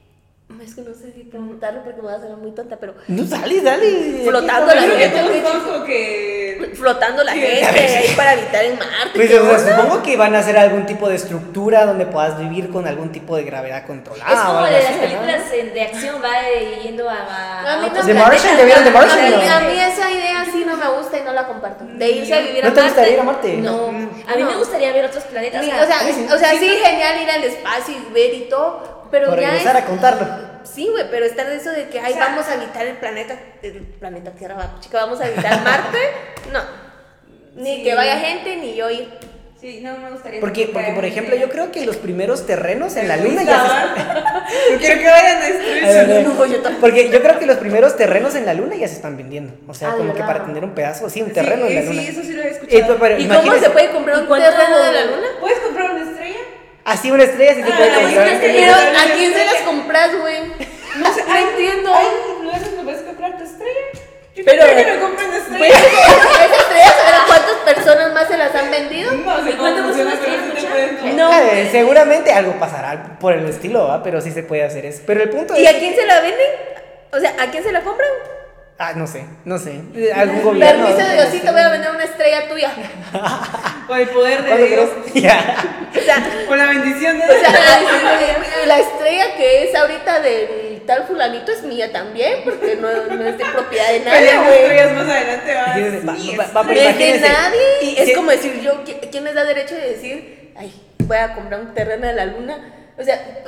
Es que no sé si preguntarlo porque me voy a hacer muy tonta, pero No, dale, dale. Flotando la Creo que gente. todos estamos como que... flotando la Sí, gente a ver, sí. ahí para habitar en Marte. Pues ¿qué o sea, onda? supongo que van a hacer algún tipo de estructura donde puedas vivir con algún tipo de gravedad controlada. Es o como algo de las así, ¿no? películas eh, de acción, va eh, yendo a, a, A mí no otros ¿The me- Martian? ¿Ya vieron The Martian? A mí, No. a mí esa idea sí no me gusta y no la comparto. De irse a vivir ¿No a te Marte. gustaría ir a Marte? No, a mí No. me gustaría ver otros planetas. Sí, o sea, o sea, a mí sí. o sea, sí, genial ir al espacio y ver y todo, pero Por ya regresar es- a contarlo. Sí, güey, pero estar de eso de que, ay, O sea, vamos a habitar el planeta, el planeta Tierra, va, chica, vamos a habitar Marte, no. Ni Sí. que vaya gente, ni yo ir. Sí, no me gustaría... Porque, porque, por ejemplo, yo creo que los primeros terrenos en la Luna ya ya se... No quiero que vayan a A ver, destruirse. a ver. No, yo tampoco. Porque yo creo que los primeros terrenos en la Luna ya se están vendiendo. O sea, Ah, ¿de como que verdad? para tener un pedazo, sí, un terreno sí, en la sí, Luna. eso sí lo he Eh, escuchado. pero- pero ¿Y cómo imagínense, se puede comprar ¿Y un cuánto- terreno de la Luna? ¿Puedes comprar una estrella? así una estrella sí se Ah, puede la comprar. música es que- Pero, ¿a quién se las compras, güey? No sé, no entiendo. Hay lugares donde puedes comprar tu estrella. Yo Pero- quiero que me compren una Pues, estrella. esas estrellas, ¿sabes cuántas personas más se las han vendido? No sé ¿Y cómo cuánto funciona, cuesta pero una sí te estrella? pueden No. Ah, eh, seguramente algo pasará por el estilo, ¿va? Pero sí se puede hacer eso. Pero el punto ¿Y es... a quién se la venden? O sea, ¿a quién se la compran? Ah, no sé, no sé. Eh, Algún gobierno. Permiso de algo Diosito, así. voy a vender una estrella tuya. Con el poder de ¿Cuándo Dios. crees? Ya. O sea, Con la bendición de o Dios. sea, la, la estrella que es ahorita del tal fulanito es mía también, porque no, no es de propiedad de nadie, Peleamos güey. estrellas más adelante. Va, Imagínense, va- sí, va- es- va- pero Es de imagínense. nadie. Y es si- como decir yo, ¿qui- ¿quién les da derecho de decir, ay, voy a comprar un terreno de la luna? O sea,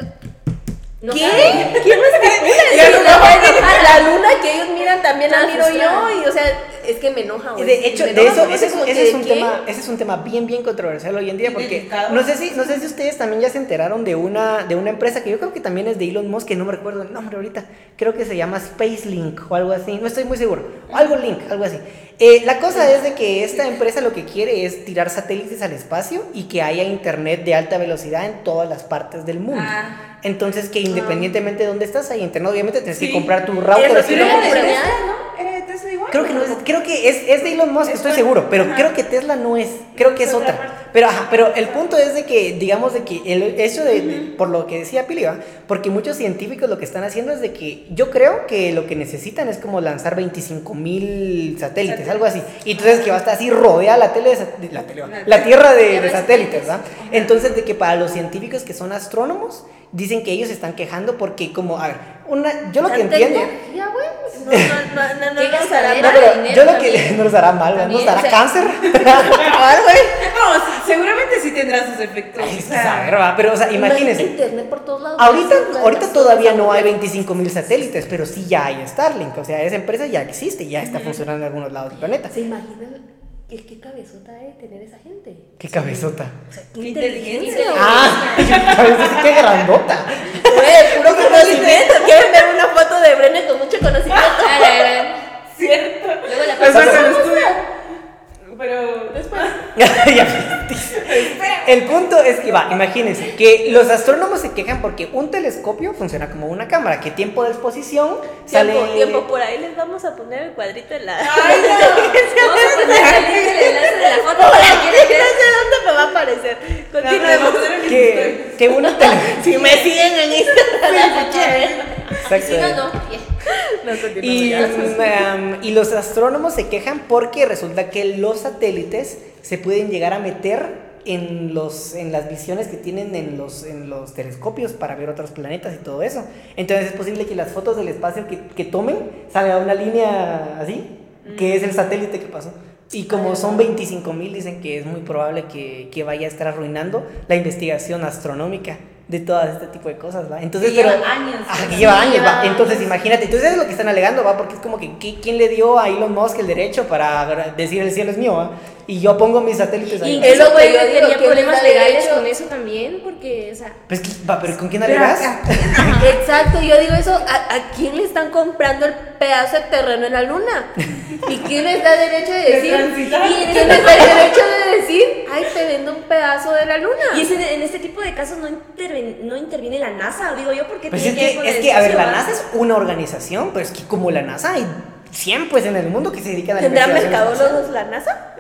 No ¿qué? saben. ¿Quién es que mira? Ya Sí, no la, saben. la luna que ellos miran también la Están miro frustradas. yo y, o sea, es que me enoja, güey. De hecho, Me de enoja eso, porque ese, es, como ese que, es un ¿qué? tema, ese es un tema bien, bien controversial hoy en día, Y porque delicado. no sé si, no sé si ustedes también ya se enteraron de una, de una empresa que yo creo que también es de Elon Musk, que no me recuerdo el nombre ahorita, creo que se llama SpaceLink o algo así, no estoy muy seguro, algo Link, algo así. Eh, la cosa es de que esta empresa lo que quiere es tirar satélites al espacio y que haya internet de alta velocidad en todas las partes del mundo. Ah. Entonces que independientemente de dónde estás hay internet, obviamente tienes Sí. que comprar tu router. Eso así, sí ¿no? lo Era de Pero Tesla, ya- ¿no? ¿Era de Tesla igual? Creo que no es, creo que es, es de Elon Musk, Es estoy otra- seguro, pero ajá. creo que Tesla no es, creo que es Es otra otra. parte. Pero ajá, pero el punto es de que, digamos, de que el hecho de, de- por lo que decía Pili, ¿va? Porque muchos científicos lo que están haciendo es de que, yo creo que lo que necesitan es como lanzar veinticinco mil satélites, algo así. Y entonces que va a estar así rodeada la tele, de sa- de- la, tele, ¿va? la Tierra de, de satélites, ¿va? Entonces de que para los científicos que son astrónomos, dicen que ellos se están quejando porque como, a ver, una, yo lo que ¿Tanta entiendo... energía, güey? No, no, no, no, ¿Qué no nos hará gastadera? No, mal. pero dinero yo lo que también. no nos hará mal, ¿va? nos También, dará o sea- cáncer. Cabal, güey. No, sí, seguramente sí tendrá sus efectos. Ay, es o que sea, saber, ¿va? Pero, o sea, imagínense. Internet por todos lados. Ahorita, Las ahorita personas todavía no hay aburridas. veinticinco mil satélites, pero sí ya hay Starlink. O sea, esa empresa ya existe, ya está funcionando en algunos lados del planeta. ¿Se imaginan qué, qué cabezota de tener esa gente? Qué cabezota. O sea, Qué inteligencia. güey. Ah, cabezota, qué grandota. Güey, puro conocimiento. ¿Quieren ver una foto de Brené con mucho conocimiento? Ah, la gran- Cierto. Luego la Pues pasamos. saca el estudio. Pero después. Ya, el punto es que va, imagínense que los astrónomos se quejan porque un telescopio funciona como una cámara, que tiempo de exposición sale. Tiempo, tiempo, por ahí les vamos a poner el cuadrito en la... Ay, no. Vamos a poner el link del enlace de la foto No para que quieran ver. sé dónde me va a aparecer. No, Continuemos. pero vamos a ver en que, que un telescopio. Si me siguen en Instagram, Exacto. Si no, no. Ya. no continuemos. Y, ya. um, y los astrónomos se quejan porque resulta que los satélites se pueden llegar a meter en, los, en las visiones que tienen en los, en los telescopios para ver otros planetas y todo eso. Entonces es posible que las fotos del espacio que, que tomen salga una línea así, que es el satélite que pasó. Y como son veinticinco mil, dicen que es muy probable que, que vaya a estar arruinando la investigación astronómica de todo este tipo de cosas, ¿va? Entonces, que pero, lleva años. Ajá, que Sí, lleva años, lleva ¿va? años. Entonces, imagínate, entonces eso es lo que están alegando, ¿va? Porque es como que, ¿qui- ¿quién le dio a Elon Musk el derecho para decir el cielo es mío, ¿va? Y yo pongo mis satélites ahí. Y ¿va? eso Es lo puede que yo digo, tener que problemas les da legales derecho. con eso también, porque, o sea, Pues, ¿qué- va, pero ¿con quién Pero alegas? acá- Exacto, yo digo eso, ¿a, a quién le están comprando el pedazo de terreno en la luna? ¿Y quién les da derecho de De decir? transitar. ¿Y quién les da el derecho de decir, ay, te vendo un pedazo de la luna? y es en, en este tipo de casos no, interven- no interviene la NASA, digo yo, porque Pues tiene es ver que, con es el que, a ver, espacio, la ¿va? NASA es una organización, pero es que como la NASA hay cien pues en el mundo que se dedican a la ¿Tendrá investigación espacial. mercadólogos la NASA?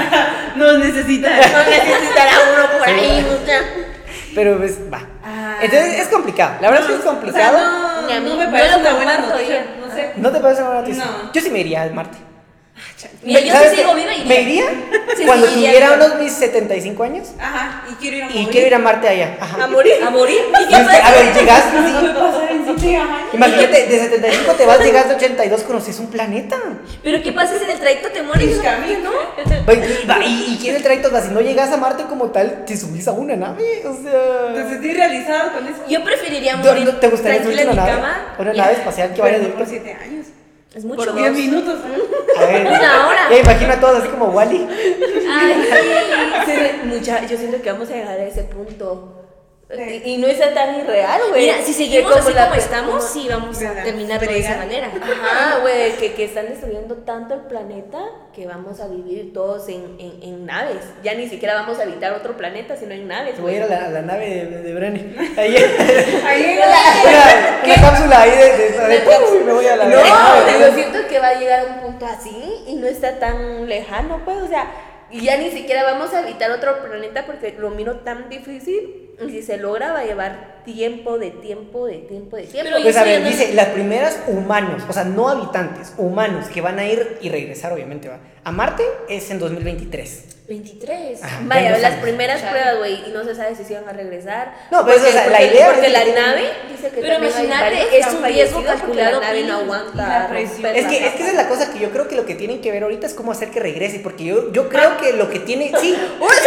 No necesita. No necesitará uno por ahí, mucha. Pero pues, va. Ah. Entonces es complicado, la verdad es que es complicado. O sea, no, Ni a mí. no me No parece lo una buena comparto, noticia. yo. No sé. ¿No te parece una buena noticia? No. Yo sí me iría a Marte. Mira, yo ¿Sabes sí qué? sigo viva y ¿Me iría? Sí, Cuando sí, iría tuviera viva. unos mis setenta y cinco años Ajá, y quiero ir a y morir. quiero ir a Marte allá. Ajá. A morir. a morir. ¿Y Y qué es que, pasa? a ver, llegas, ¿Qué sí. puede pasar en siete años? Imagínate, de setenta y cinco te vas, llegas de ochenta y dos, conoces un planeta. Pero ¿qué pasa si en el trayecto te mueres? Pues camino. Oye, y, va, y, y quién el trayecto, va, si no llegas a Marte como tal, te subís a una nave, o sea... ¿Te sentís realizado con eso? Yo preferiría ¿No- morir no ¿Te gustaría tranquila subirte en a mi una nave? cama. Una Ya. nave espacial que vaya Pero directo. por siete años. Es mucho. Por diez dos. minutos. A ver. Una hora. Ya imagino a todos así como Wally. Ay, Sí, mucha, yo siento que vamos a llegar a ese punto. Y, y no es tan irreal, güey. mira, si seguimos Que así la como pe- estamos, como- sí vamos a ¿Verdad? terminar de esa Fregar. manera. Ajá, güey, que, que están destruyendo tanto el planeta que vamos a vivir todos en, en, en naves. Ya ni siquiera vamos a habitar otro planeta, sino en naves, Voy a güey. ir a la, a la nave de, de Brenny. Ahí, Ahí una, una cápsula ahí de, de, de, de- me voy a la No, nave. yo siento que va a llegar a un punto así y no está tan lejano, pues, o sea, y ya ni siquiera vamos a habitar otro planeta porque lo miro tan difícil. Y si se logra, va a llevar tiempo de tiempo de tiempo de tiempo. Pero Pues a Yo ver, soy dice, las primeras humanos, o sea, no habitantes, humanos que van a ir y regresar, obviamente, va. A Marte es en dos mil veintitrés. veintitrés. Ajá. Vaya, dos las años. primeras Claro. pruebas, güey, y no se sabe si se van a regresar. No, pues, Porque- o sea, la porque- idea Porque es la que- nave dice que Pero también hay imagínate, varios que es han un riesgo fallecido porque calculado, la nave no Pili, aguanta. y la presión. romper Es la que, es que capa. esa es la cosa que yo creo que lo que tienen que ver ahorita es cómo hacer que regrese, porque yo, yo creo que lo que tiene, sí,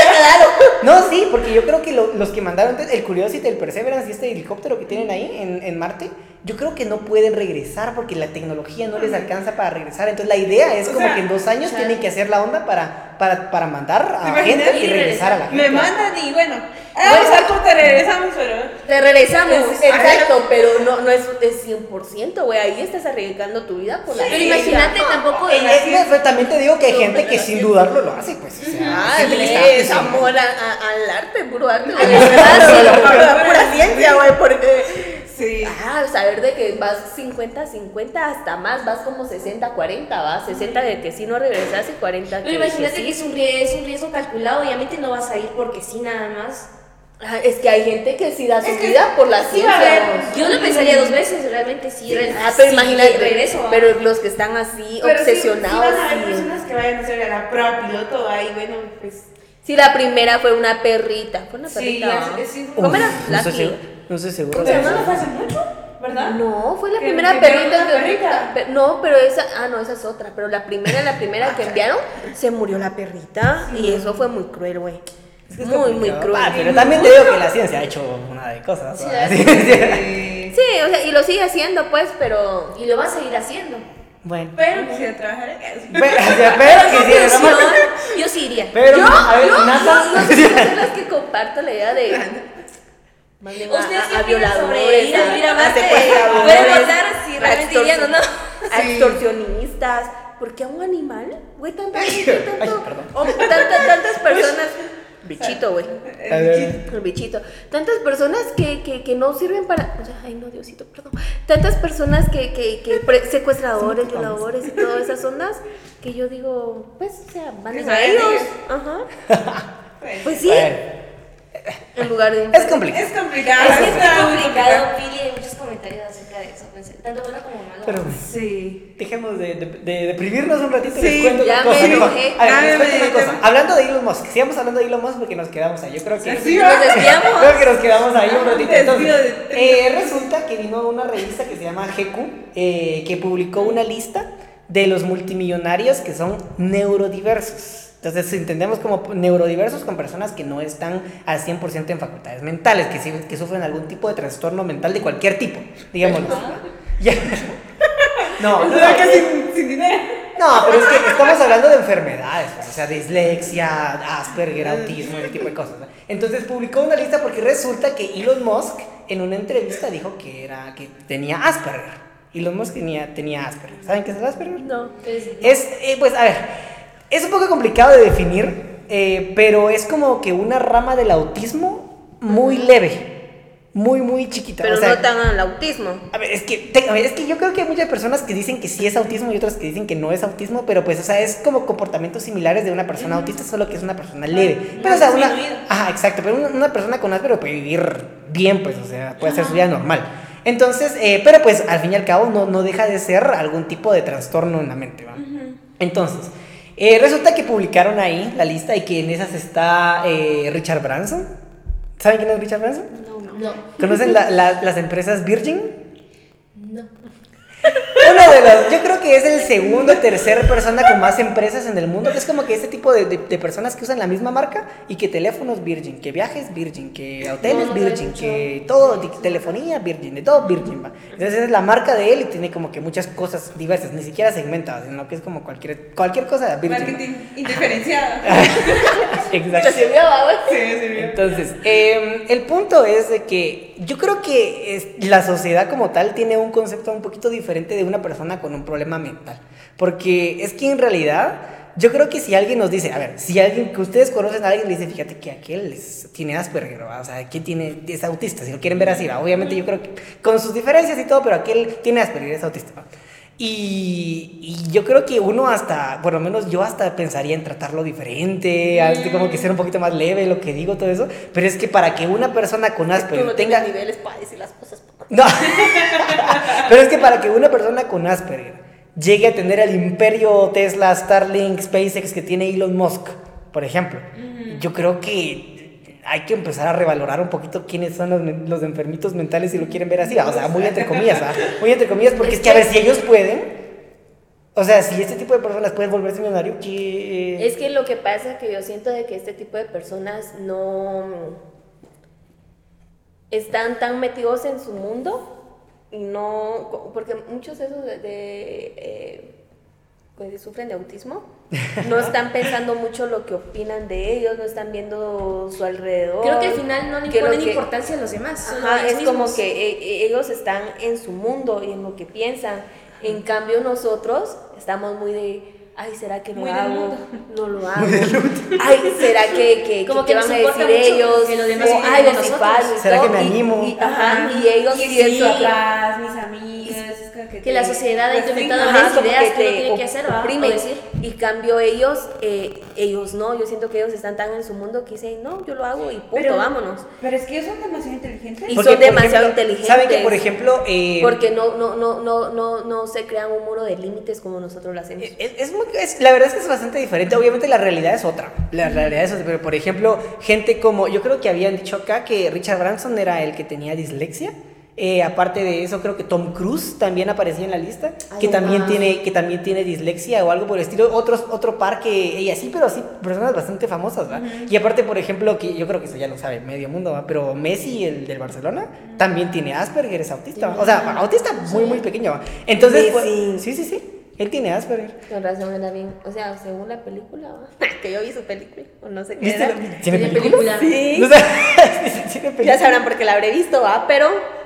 no, sí, porque yo creo que lo- los que mandaron el Curiosity, el Perseverance y este helicóptero que tienen ahí en, en Marte, yo creo que no pueden regresar porque la tecnología no les alcanza para regresar, entonces la idea es O como sea, que en dos años claro. tienen que hacer la onda para, para, para mandar ¿Te a imaginas? gente y Y regresar a la gente. Me mandan y bueno. Ah, o sea, pues te regresamos, pero. Te regresamos, Es- exacto, pero no, no es, es cien por ciento, güey. Ahí estás arriesgando tu vida por la Pero ciencia. imagínate tampoco. Eh, eh, pues, también te digo que hay gente que sin dudarlo lo hace, pues, o sea, Ah, gente que está, es pues, amor a- a- al arte, puro arte. güey. Ah, sí, Pura- Pura ciencia, güey, porque. Sí. Ah, saber de que vas cincuenta cincuenta hasta más, vas como sesenta cuarenta, vas sesenta de que si no regresas y cuarenta Pero que, imagínate que que sí. es un, riesgo, es un riesgo calculado, obviamente no vas a ir porque sí nada más. Ah, es que hay gente que sí da su Es que vida por la sí va a ciencia. haber. vamos. Yo lo pensaría dos veces, realmente sí. re- Ah, pero sí, imagínate, regreso. ¿va? pero los que están así Pero sí- obsesionados. Sí, van a haber sí. personas que vayan a ser a la prueba piloto ahí, bueno, pues. Sí, la primera fue una perrita. Fue una Sí, perrita. es- es- sí. ¿Cómo era? no estoy Lucky. seguro, no estoy seguro. Pero de no eso. lo fue hace mucho, ¿verdad? No, fue la Que- primera que perrita. enviaron que- una perrita. pe- No, pero esa, ah, no, esa es otra. Pero la primera, la primera que enviaron, se murió la perrita. Y eso fue muy cruel, güey. Es que es Muy, muy complicado. cruel. Ah, pero también te digo que la ciencia ha hecho una de cosas. Sí, ¿no? la- Sí. Sí, o sea, y lo sigue haciendo, pues, pero. Y lo vas a seguir haciendo. Bueno. Pero quisiera trabajar en eso. Pero, o sea, pero quisiera, ¿no? Yo, yo sí iría. Pero, yo, a ver, yo, NASA. yo, yo soy de las que comparto la idea de. Manden a, ¿Ustedes qué a, a opinan sobre violadores, ir a vivir a a Marte? secuestradores, Pueden votar si a realmente irían o no. A Sí. extorsionistas. ¿Por qué a un animal? Güey, tanta gente, Ay, tanto, perdón. oh, tanta- tantas personas. Bichito, güey. A ver. El bichito. Tantas personas que, que, que no sirven para. O sea, ay, no, Diosito, perdón. Tantas personas que, que, que pre- secuestradores, violadores y todas esas ondas. Que yo digo, pues, o sea, van Que a se ellos. vayan Ajá. Pues, Pues sí. Bueno, En lugar de. es complicado. es complicado. Es que es está muy muy complicado, Pili, hay muchos comentarios acerca de eso, pensé, tanto bueno como malo. Pero Sí. dejemos de, de, de deprimirnos un ratito y Sí, les cuento ya una cosa. me mejor. enojé. A ver, Ya les me cuento una enojé. cosa. Hablando de Elon Musk, sigamos hablando de Elon Musk porque nos quedamos ahí. Yo creo que Sí, Nos desviamos. creo que nos quedamos ahí un ratito. Desvío Entonces, de- eh, resulta que vino una revista que se llama G Q, eh, que publicó una lista de los multimillonarios que son neurodiversos. Entonces entendemos como neurodiversos con personas que no están al cien por ciento en facultades mentales, que, que sufren algún tipo de trastorno mental de cualquier tipo, digámoslo. Ya. No, no, no, sin, sin dinero. no, pero es que estamos hablando de enfermedades, pues, o sea, dislexia, Asperger, autismo, ese tipo de cosas, ¿no? Entonces publicó una lista porque resulta que Elon Musk en una entrevista dijo que, era, que tenía Asperger. Elon Musk tenía, tenía Asperger. ¿Saben qué es el Asperger? No, es... Es, eh, pues, a ver, es un poco complicado de definir, eh, pero es como que una rama del autismo muy leve. Muy, muy chiquita. Pero o sea, no tan al autismo. A ver, es que, te, a ver, es que yo creo que hay muchas personas que dicen que sí es autismo y otras que dicen que no es autismo, pero pues, o sea, es como comportamientos similares de una persona uh-huh. autista, solo que es una persona leve. Pero, o sea, una... Ajá, exacto, pero una, una persona con Asperger puede vivir bien, pues, o sea, puede hacer su vida normal. Entonces, eh, pero pues, al fin y al cabo, no, no deja de ser algún tipo de trastorno en la mente, ¿va? Uh-huh. Entonces, eh, resulta que publicaron ahí la lista y que en esas está eh, Richard Branson. ¿Saben quién es Richard Branson? No. No. ¿Conocen la, la, las empresas Virgin? No. Uno de los, yo creo que es el segundo o tercer persona con más empresas en el mundo, que es como que este tipo de, de, de personas que usan la misma marca y que teléfonos Virgin, que viajes Virgin, que hoteles no, Virgin, que todo, de, telefonía Virgin, de todo Virgin, va. Entonces es la marca de él y tiene como que muchas cosas diversas, ni siquiera segmentadas, sino que es como cualquier, cualquier cosa Virgin. Marketing indiferenciado. Exacto. ¿Se sirvió, güey? Sí, sirvió. Entonces, eh, el punto es de que yo creo que es, la sociedad como tal tiene un concepto un poquito diferente de una persona con un problema mental. Porque es que en realidad, yo creo que si alguien nos dice, a ver, si alguien que ustedes conocen a alguien le dice, fíjate que aquel es, tiene Asperger, ¿va? O sea, que tiene, es autista, si lo quieren ver así, ¿va? Obviamente yo creo que con sus diferencias y todo, pero aquel tiene Asperger, es autista, ¿va? Y, y yo creo que uno hasta, por lo menos yo hasta pensaría en tratarlo diferente, mm. como que ser un poquito más leve, lo que digo, todo eso. Pero es que para que una persona con Asperger no tenga... niveles para decir las cosas. No, pero es que para que una persona con Asperger llegue a tener el imperio Tesla, Starlink, SpaceX que tiene Elon Musk, por ejemplo, mm. yo creo que... hay que empezar a revalorar un poquito quiénes son los, los enfermitos mentales si lo quieren ver así, o sea, muy entre comillas, ¿ah? Muy entre comillas, porque es que a ver, si ellos pueden, o sea, si este tipo de personas pueden volverse millonario, ¿qué? Es que lo que pasa es que yo siento de que este tipo de personas no están tan metidos en su mundo y no, porque muchos de esos de, de eh, que sufren de autismo, no están pensando mucho lo que opinan de ellos, no están viendo su alrededor. Creo que al final no le ponen que, importancia a los demás. Ajá, es mismos. Como que eh, ellos están en su mundo y en lo que piensan. En cambio nosotros estamos muy de, ay, ¿será que lo muy hago? No lo hago. Ay, ¿será que, que, como que, que que van a decir ellos? Que los demás o, ay, los igual. ¿Será que me animo? Y, ajá, y ellos siento papás, mis amigas. Que, que la sociedad ha implementado varias ideas que, que uno tiene que hacer, ¿verdad? Oprime, decir. Y cambio ellos, eh, ellos no, yo siento que ellos están tan en su mundo que dicen, no, yo lo hago y punto, pero, vámonos. Pero es que ellos son demasiado inteligentes. Y porque, son demasiado ejemplo, inteligentes. ¿Saben que, por ejemplo? Eh, porque no, no, no, no, no, no se crean un muro de límites como nosotros lo hacemos. Es, es muy, es, la verdad es que es bastante diferente. Obviamente la realidad es otra. La realidad es otra. Pero, por ejemplo, gente como, yo creo que habían dicho acá que Richard Branson era el que tenía dislexia. Eh, aparte de eso, creo que Tom Cruise también aparecía en la lista, Ay, que, también tiene, que también tiene dislexia o algo por el estilo. Otros, otro par que, y así, pero así, personas bastante famosas, ¿va? Uh-huh. Y aparte, por ejemplo, que yo creo que eso ya lo sabe medio mundo, ¿va? Pero Messi, el del Barcelona, uh-huh. también tiene Asperger, es autista, ¿va? O sea, autista muy, muy pequeño, ¿va? Entonces, pues, sí, sí, sí. Él tiene Asperger. Con razón era bien, o sea, según la película, ¿va? Que yo vi su película, o no sé qué ¿Viste era. La, ¿Tiene película? película? Sí. No sé, ¿tiene película? Ya sabrán porque la habré visto, ¿va? Pero...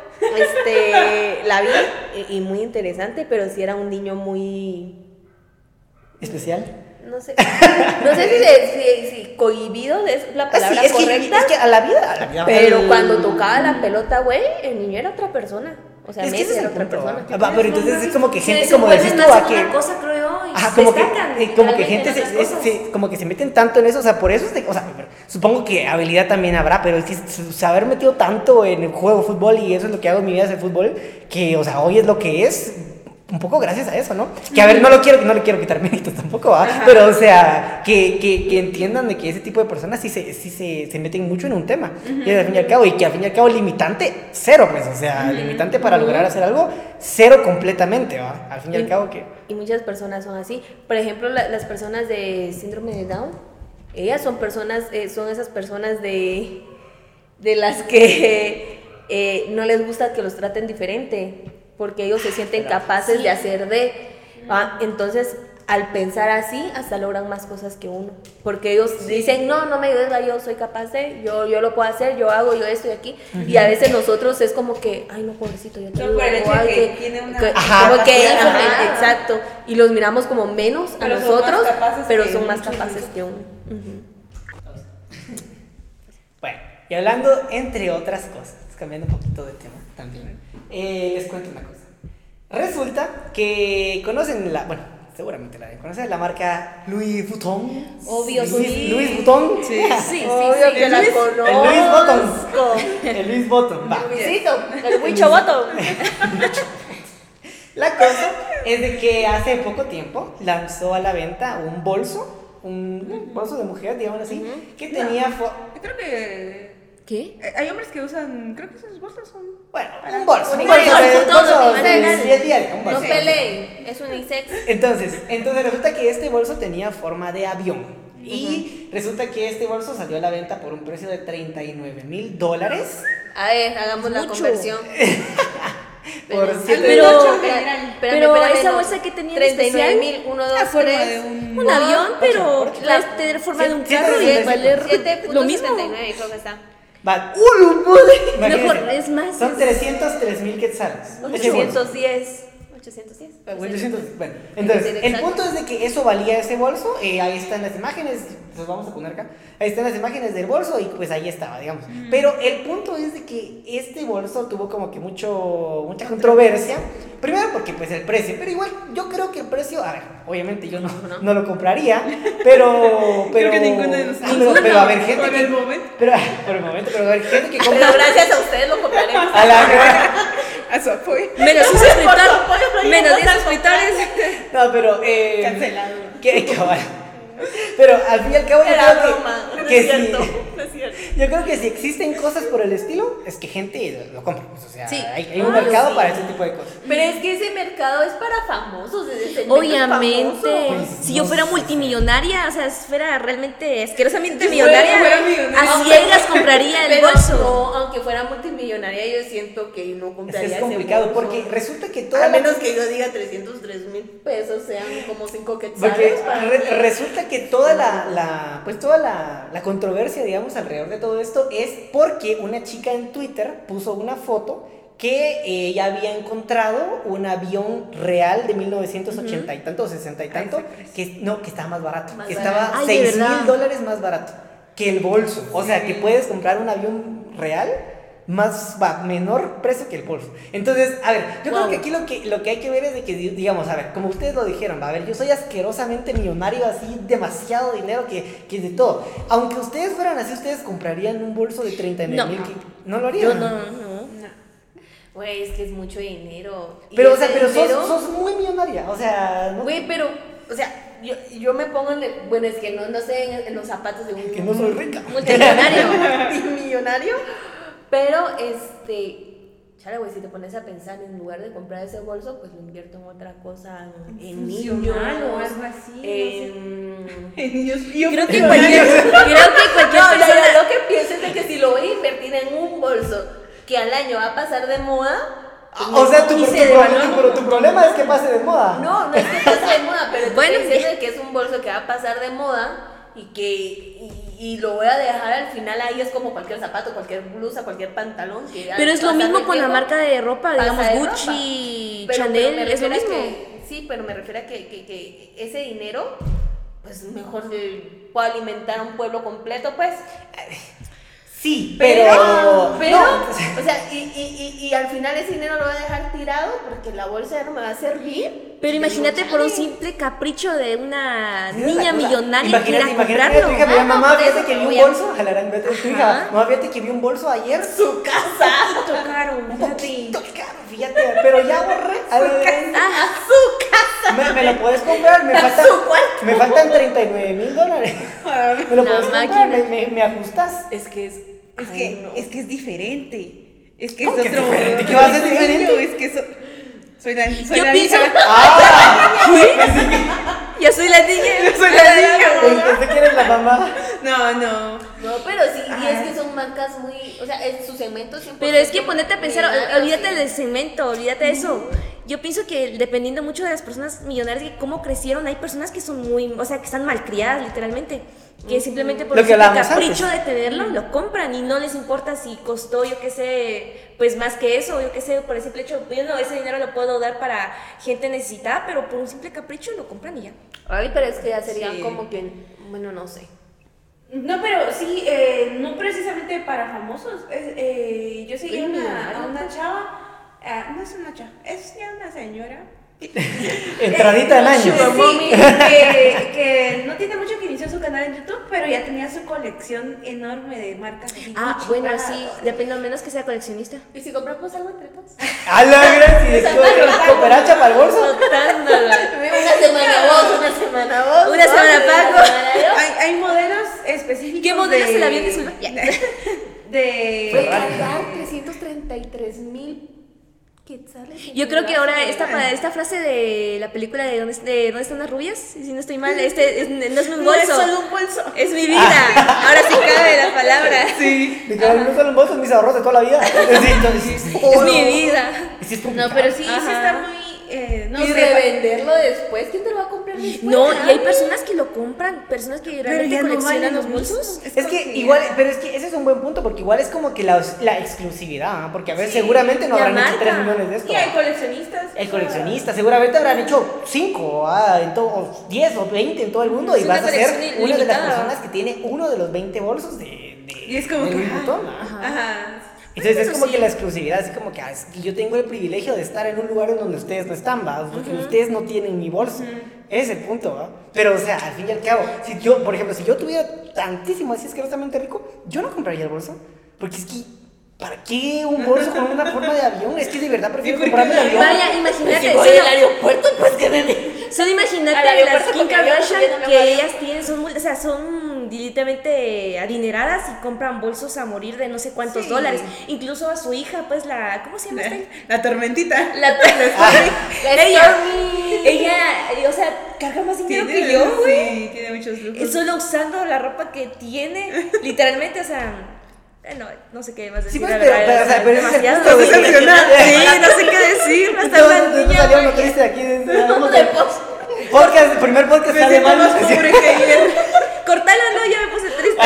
Este, la vi y, y muy interesante, pero sí era un niño muy... ¿Especial? No sé, no sé si, de, si, si cohibido es la palabra ah, sí, es correcta. Que, es que a la vida... A la vida pero el... cuando tocaba la pelota, güey, el niño era otra persona. O sea, es Messi que era otra punto, persona. Va, pero entonces es como que gente se como decís tú a que... una cosa, creo yo, y Ajá, se como que, destacan, eh, como que gente en se, es, se, como que se meten tanto en eso, o sea, por eso es de, o sea, supongo que habilidad también habrá, pero es que se haber metido tanto en el juego de fútbol y eso es lo que hago en mi vida, es el fútbol, que, o sea, hoy es lo que es un poco gracias a eso, ¿no? Que a ver, no lo quiero, no le quiero quitar méritos tampoco, ¿va? Pero o sea, que, que, que entiendan de que ese tipo de personas sí se, sí se, se meten mucho en un tema, uh-huh. y al fin y al cabo, y que al fin y al cabo limitante, cero, pues, o sea, uh-huh. limitante para uh-huh. lograr hacer algo, cero completamente, ¿va? Al fin y, y al cabo que... Y muchas personas son así, por ejemplo, la, las personas de síndrome de Down, ellas son personas, eh, son esas personas de, de las que eh, no les gusta que los traten diferente, porque ellos se sienten capaces sí. de hacer de, ¿va? Entonces al pensar así hasta logran más cosas que uno, porque ellos sí. dicen no, no me ayudes, yo soy capaz de, yo, yo lo puedo hacer, yo hago, yo esto y aquí, uh-huh. y a veces nosotros es como que, ay no, pobrecito, yo te ayudo, por el hecho de que tiene una... que, ajá, como que ellos, ajá. exacto, y los miramos como menos a pero nosotros, son pero son más muchos. capaces que uno. Uh-huh. Bueno, y hablando entre otras cosas, cambiando un poquito de tema también, eh, les cuento una cosa. Resulta que conocen la, bueno, seguramente la conocen la marca Louis Vuitton. Obvio, Louis, sí. Louis Vuitton. Sí, sí, sí, obvio sí, que la Luis, conozco. El Louis Vuitton. El Louis Vuitton, va. Luisito, el Huicho Bottom. La cosa es de que hace poco tiempo lanzó a la venta un bolso, un bolso de mujer, digamos así, uh-huh. que tenía... No, fo- creo que... ¿Qué? Hay hombres que usan, creo que esos bolsos son... Bueno, un bolso, un Un bolso, bolso, de- todo, bolso de- unisex. de diario, un No bolso. peleen, es unisex. Entonces, entonces resulta que este bolso tenía forma de avión. Y uh-huh. resulta que este bolso salió a la venta por un precio de treinta y nueve mil dólares. A ver, hagamos la Mucho. conversión. Por Pero- siete- pero, ocho, espérame, general. espérame, Pero espérame, esa no. bolsa que tenía de treinta y nueve especial, mil, uno, la dos, forma tres. de un- Un avión, pero ocho, ocho. puedes tener forma de un Siete- carro siete- y valer siete- lo mismo. setenta y nueve creo que está. Va, ¡uh, lo pude! Imagínense, Mejor, es más, son es- trescientos tres mil quetzales. Ese bolso. ochocientos diez. ochocientos diez. ochocientos, bueno, entonces, el punto es de que eso valía ese bolso, eh, ahí están las imágenes, los vamos a poner acá, ahí están las imágenes del bolso y pues ahí estaba, digamos. Mm. Pero el punto es de que este bolso tuvo como que mucho, mucha controversia, primero porque pues el precio, pero igual yo creo que el precio, a ver, obviamente yo no, no lo compraría, pero... pero Creo que ninguno de nosotros. ah, pero, pero a ver, gente Por que... el momento. Pero, por el momento, pero a ver, gente que compra... Pero gracias a ustedes lo compraremos. A la... A su apoyo. Menos un suscriptor. Menos diez suscriptores. No, pero... Eh, Cancelado. Que, cabal. Pero al fin y al cabo yo Era creo broma, que, no que es cierto, si, no es cierto. yo creo que si existen cosas por el estilo, es que gente lo, lo compra. Pues, o sea, Sí. hay, hay un Ah, mercado sí. para ese tipo de cosas. Pero es que ese mercado es para famosos, es el segmento Obviamente, famoso. Pues, si no yo fuera sé. multimillonaria, o sea, si fuera realmente asquerosamente Si millonaria, fuera- fuera millonaria. a ciegas compraría el Pero bolso. no, aunque fuera multimillonaria, yo siento que no Es compraría que es ese complicado bolso. porque resulta que toda A la- menos que yo diga trescientos tres mil pesos, sean como cinco Porque quetzales para re- mí. resulta que toda la, la pues toda la, la controversia, digamos, alrededor de todo esto es porque una chica en Twitter puso una foto que eh, ella había encontrado un avión real de mil novecientos ochenta y tanto, o sesenta y tanto, que no, que estaba más barato, Más que barato. estaba Ay, de seis verdad. mil dólares más barato que el bolso. O sea, que puedes comprar un avión real más va, menor precio que el bolso. Entonces, a ver, yo Wow. creo que aquí lo que, lo que hay que ver es de que, digamos, a ver, como ustedes lo dijeron, va, a ver, yo soy asquerosamente millonario, así, demasiado dinero que, que de todo. Aunque ustedes fueran así, ustedes comprarían un bolso de treinta y nueve mil. No. que- ¿No lo harían? Yo no, no. Güey, es que es mucho dinero. Y Pero, o ese sea, pero dinero- sos, sos muy millonaria, o sea, ¿no? Güey, pero, o sea, yo, yo me pongo en el, bueno, es que no, no sé en, en los zapatos de un Que no soy rica. multimillonario, multimillonario, pero este, chale, güey, si te pones a pensar en lugar de comprar ese bolso, pues lo invierto en otra cosa, en, en niños, Funcional o algo así, no en... En niños. Yo Creo que yo- cualquier, creo que cualquier No, ya, persona... ya, lo que pienso es de que si lo voy a invertir en un bolso que al año va a pasar de moda, pues O sea, tu, y tu, se pro- devalúa. tu- pero tu problema es que pase de moda. No, no es que pase de moda, pero Bueno, estoy diciendo que es un bolso que va a pasar de moda y que y, y lo voy a dejar al final ahí, es como cualquier zapato, cualquier blusa, cualquier pantalón. Que al Pero es lo pasar mismo del con la tiempo, marca de ropa, pasa digamos de Gucci, ropa. Pero- Chanel, pero me es lo refiero a mismo. que- sí, pero me refiero a que, que, que ese dinero, pues mejor se puede alimentar a un pueblo completo, pues. Sí, pero... Pero, pero, no. o sea, y, y, y, y al final ese dinero lo voy a dejar tirado porque la bolsa ya no me va a servir. Pero Y imagínate digo, por un chale. simple capricho de una Esa es niña la cosa. millonaria que quiera Imagínate, imagínate a tu comprarlo. hija, mira, Ah, no, mamá, por fíjate eso que vi un voy a- bolso, jalarán, vete a tu hija, mamá, fíjate que vi un bolso ayer, Su casa. Tocaron, un poquito caro, fíjate, pero ya ahorré A ver, Ah, ¿Me, me lo puedes comprar? Me, faltan, me faltan treinta y nueve mil dólares. ¿Me lo La puedes máquina. comprar? ¿Me, me, me ajustas? Es que es. Es Ay, que, no. es que es diferente. Es que es ¿Cómo otro. que es diferente? otro ¿Qué va a ser diseño, diferente? Es que so- soy la, soy Yo la pienso- niña. ¡Ah! yo soy la niña. Yo soy la niña. Pensé que eres la mamá. No, no. No, pero sí, y es que son marcas muy. O sea, en sus segmentos siempre. Pero es que ponerte a pensar, Mira, ol- olvídate sí. del segmento, olvídate de eso. Yo pienso que dependiendo mucho de las personas millonarias y cómo crecieron, hay personas que son muy, o sea, que están malcriadas literalmente, que simplemente por Lo que el simple hablábamos capricho antes. de tenerlo, lo compran y no les importa si costó, yo qué sé, pues más que eso, yo qué sé, por el simple hecho, yo no, ese dinero lo puedo dar para gente necesitada, pero por un simple capricho lo compran y ya. Ay, pero es que ya serían Sí. como que. Bueno, no sé. No, pero sí, eh, no precisamente para famosos. Es, eh, yo seguí a una, a una chava, ah, no es una chava, es ya una señora. Entradita en años. Sí, que, que no tiene mucho que inició su canal en YouTube, pero ya tenía su colección enorme de marcas así. Ah, Gucci, bueno, Prada, sí, todo. depende al menos que sea coleccionista. ¿Y si compramos algo entre todos? ¡A la gracia! ¿Cooperacha para el bolso? Botándola. Una semana vos, una semana vos. Una semana Paco. semana yo. Hay, hay modelos específicos. ¿Qué modelo de, se la vio de Zulma? Ya. De. Fue cargar trescientos treinta y tres mil quetzales. Yo creo que ahora esta, pa- esta frase de la película de ¿Dónde, de ¿Dónde están las rubias? Si no estoy mal, este es- no es mi No es bolso, solo un bolso. es mi vida. Ahora sí cabe la palabra. Sí. Literal, no son los bolsos, mis ahorros de toda la vida. Sí, entonces, Es mi vida. Y sí es No, complicado. pero sí, sí Ajá. está muy. Eh, no y sé. revenderlo después, ¿quién te lo va a comprar después? No, y hay personas que lo compran, personas que realmente ya no coleccionan valen los lo bolsos. mismo. Es que porque- igual, pero es que ese es un buen punto, porque igual es como que la, la exclusividad, ¿ah? Porque a ver, seguramente no la habrán hecho marca. tres millones de esto. Y hay ¿ah? coleccionistas. El coleccionista, seguramente habrán hecho cinco, en todo, diez o veinte en todo el mundo, Es y una vas a ser colección una de las ilimitada. personas que tiene uno de los veinte bolsos de, de, Y es como de que, Louis ah, Vuitton, ¿ah? Ajá. Ajá. Entonces es Bueno, como sí. que la exclusividad, así como que ah, es que yo tengo el privilegio de estar en un lugar en donde ustedes no están, ¿va? Porque ustedes no tienen mi bolso. Ese es el punto, ¿va? Pero, o sea, al fin y al cabo, si yo, por ejemplo, si yo tuviera tantísimo así asquerosamente rico, yo no compraría el bolso. Porque es que, ¿para qué un bolso con una forma de avión? Es que de verdad prefiero ¿Y por qué comprarme el no? avión. Vaya, imagínate, Si voy al solo, aeropuerto, pues que me. solo Al imagínate aeropuerto las con Kim mi avión, Kardashian subiéndome a un que avión. ellas tienen, son, muy- o sea, son directamente adineradas y compran bolsos a morir de no sé cuántos Sí. dólares. Incluso a su hija, pues la, ¿cómo se llama esta? La, la tormentita. La, La ella, Stormy. ella, eh, o sea, carga más dinero Tiene- que yo, güey. Sí, tiene muchos lujos. Es solo usando la ropa que tiene, literalmente, o sea, eh, no, no sé qué más decir. Sí, pues, la pero- verdad, pero, o sea, pero ese es el demasiado. punto de Estoy que- decepcionada. Sí, no sé qué decir, hasta Entonces, una entonces niña, salió güey. uno triste aquí. de- Uno de post. Podcast, el primer podcast Me sale siento mal. más pobre que ayer. Cortalo, no, ya me puse triste.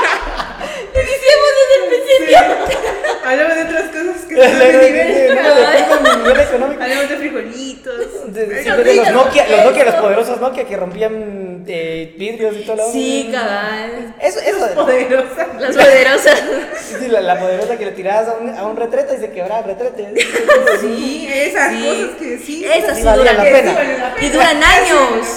Lo hicimos desde el principio. Hablamos de otras cosas que Le- no le- de le- nivel. le- no, de tipo mi nivel económico. Hablamos de frijolitos. De, de- Ay, de no los digas Nokia, los eso. Nokia, los poderosos Nokia que rompían eh, vidrios y todo lo Sí, cabal. Eso, eso. Poderosa. Las poderosas. Sí, la, la poderosa que le tirabas a un, a un retrete y se quebraba el retrete. Sí, esas Sí. cosas que sí. Esas Sí sí valía duran. la que pena. sí valen la Y pena. duran años.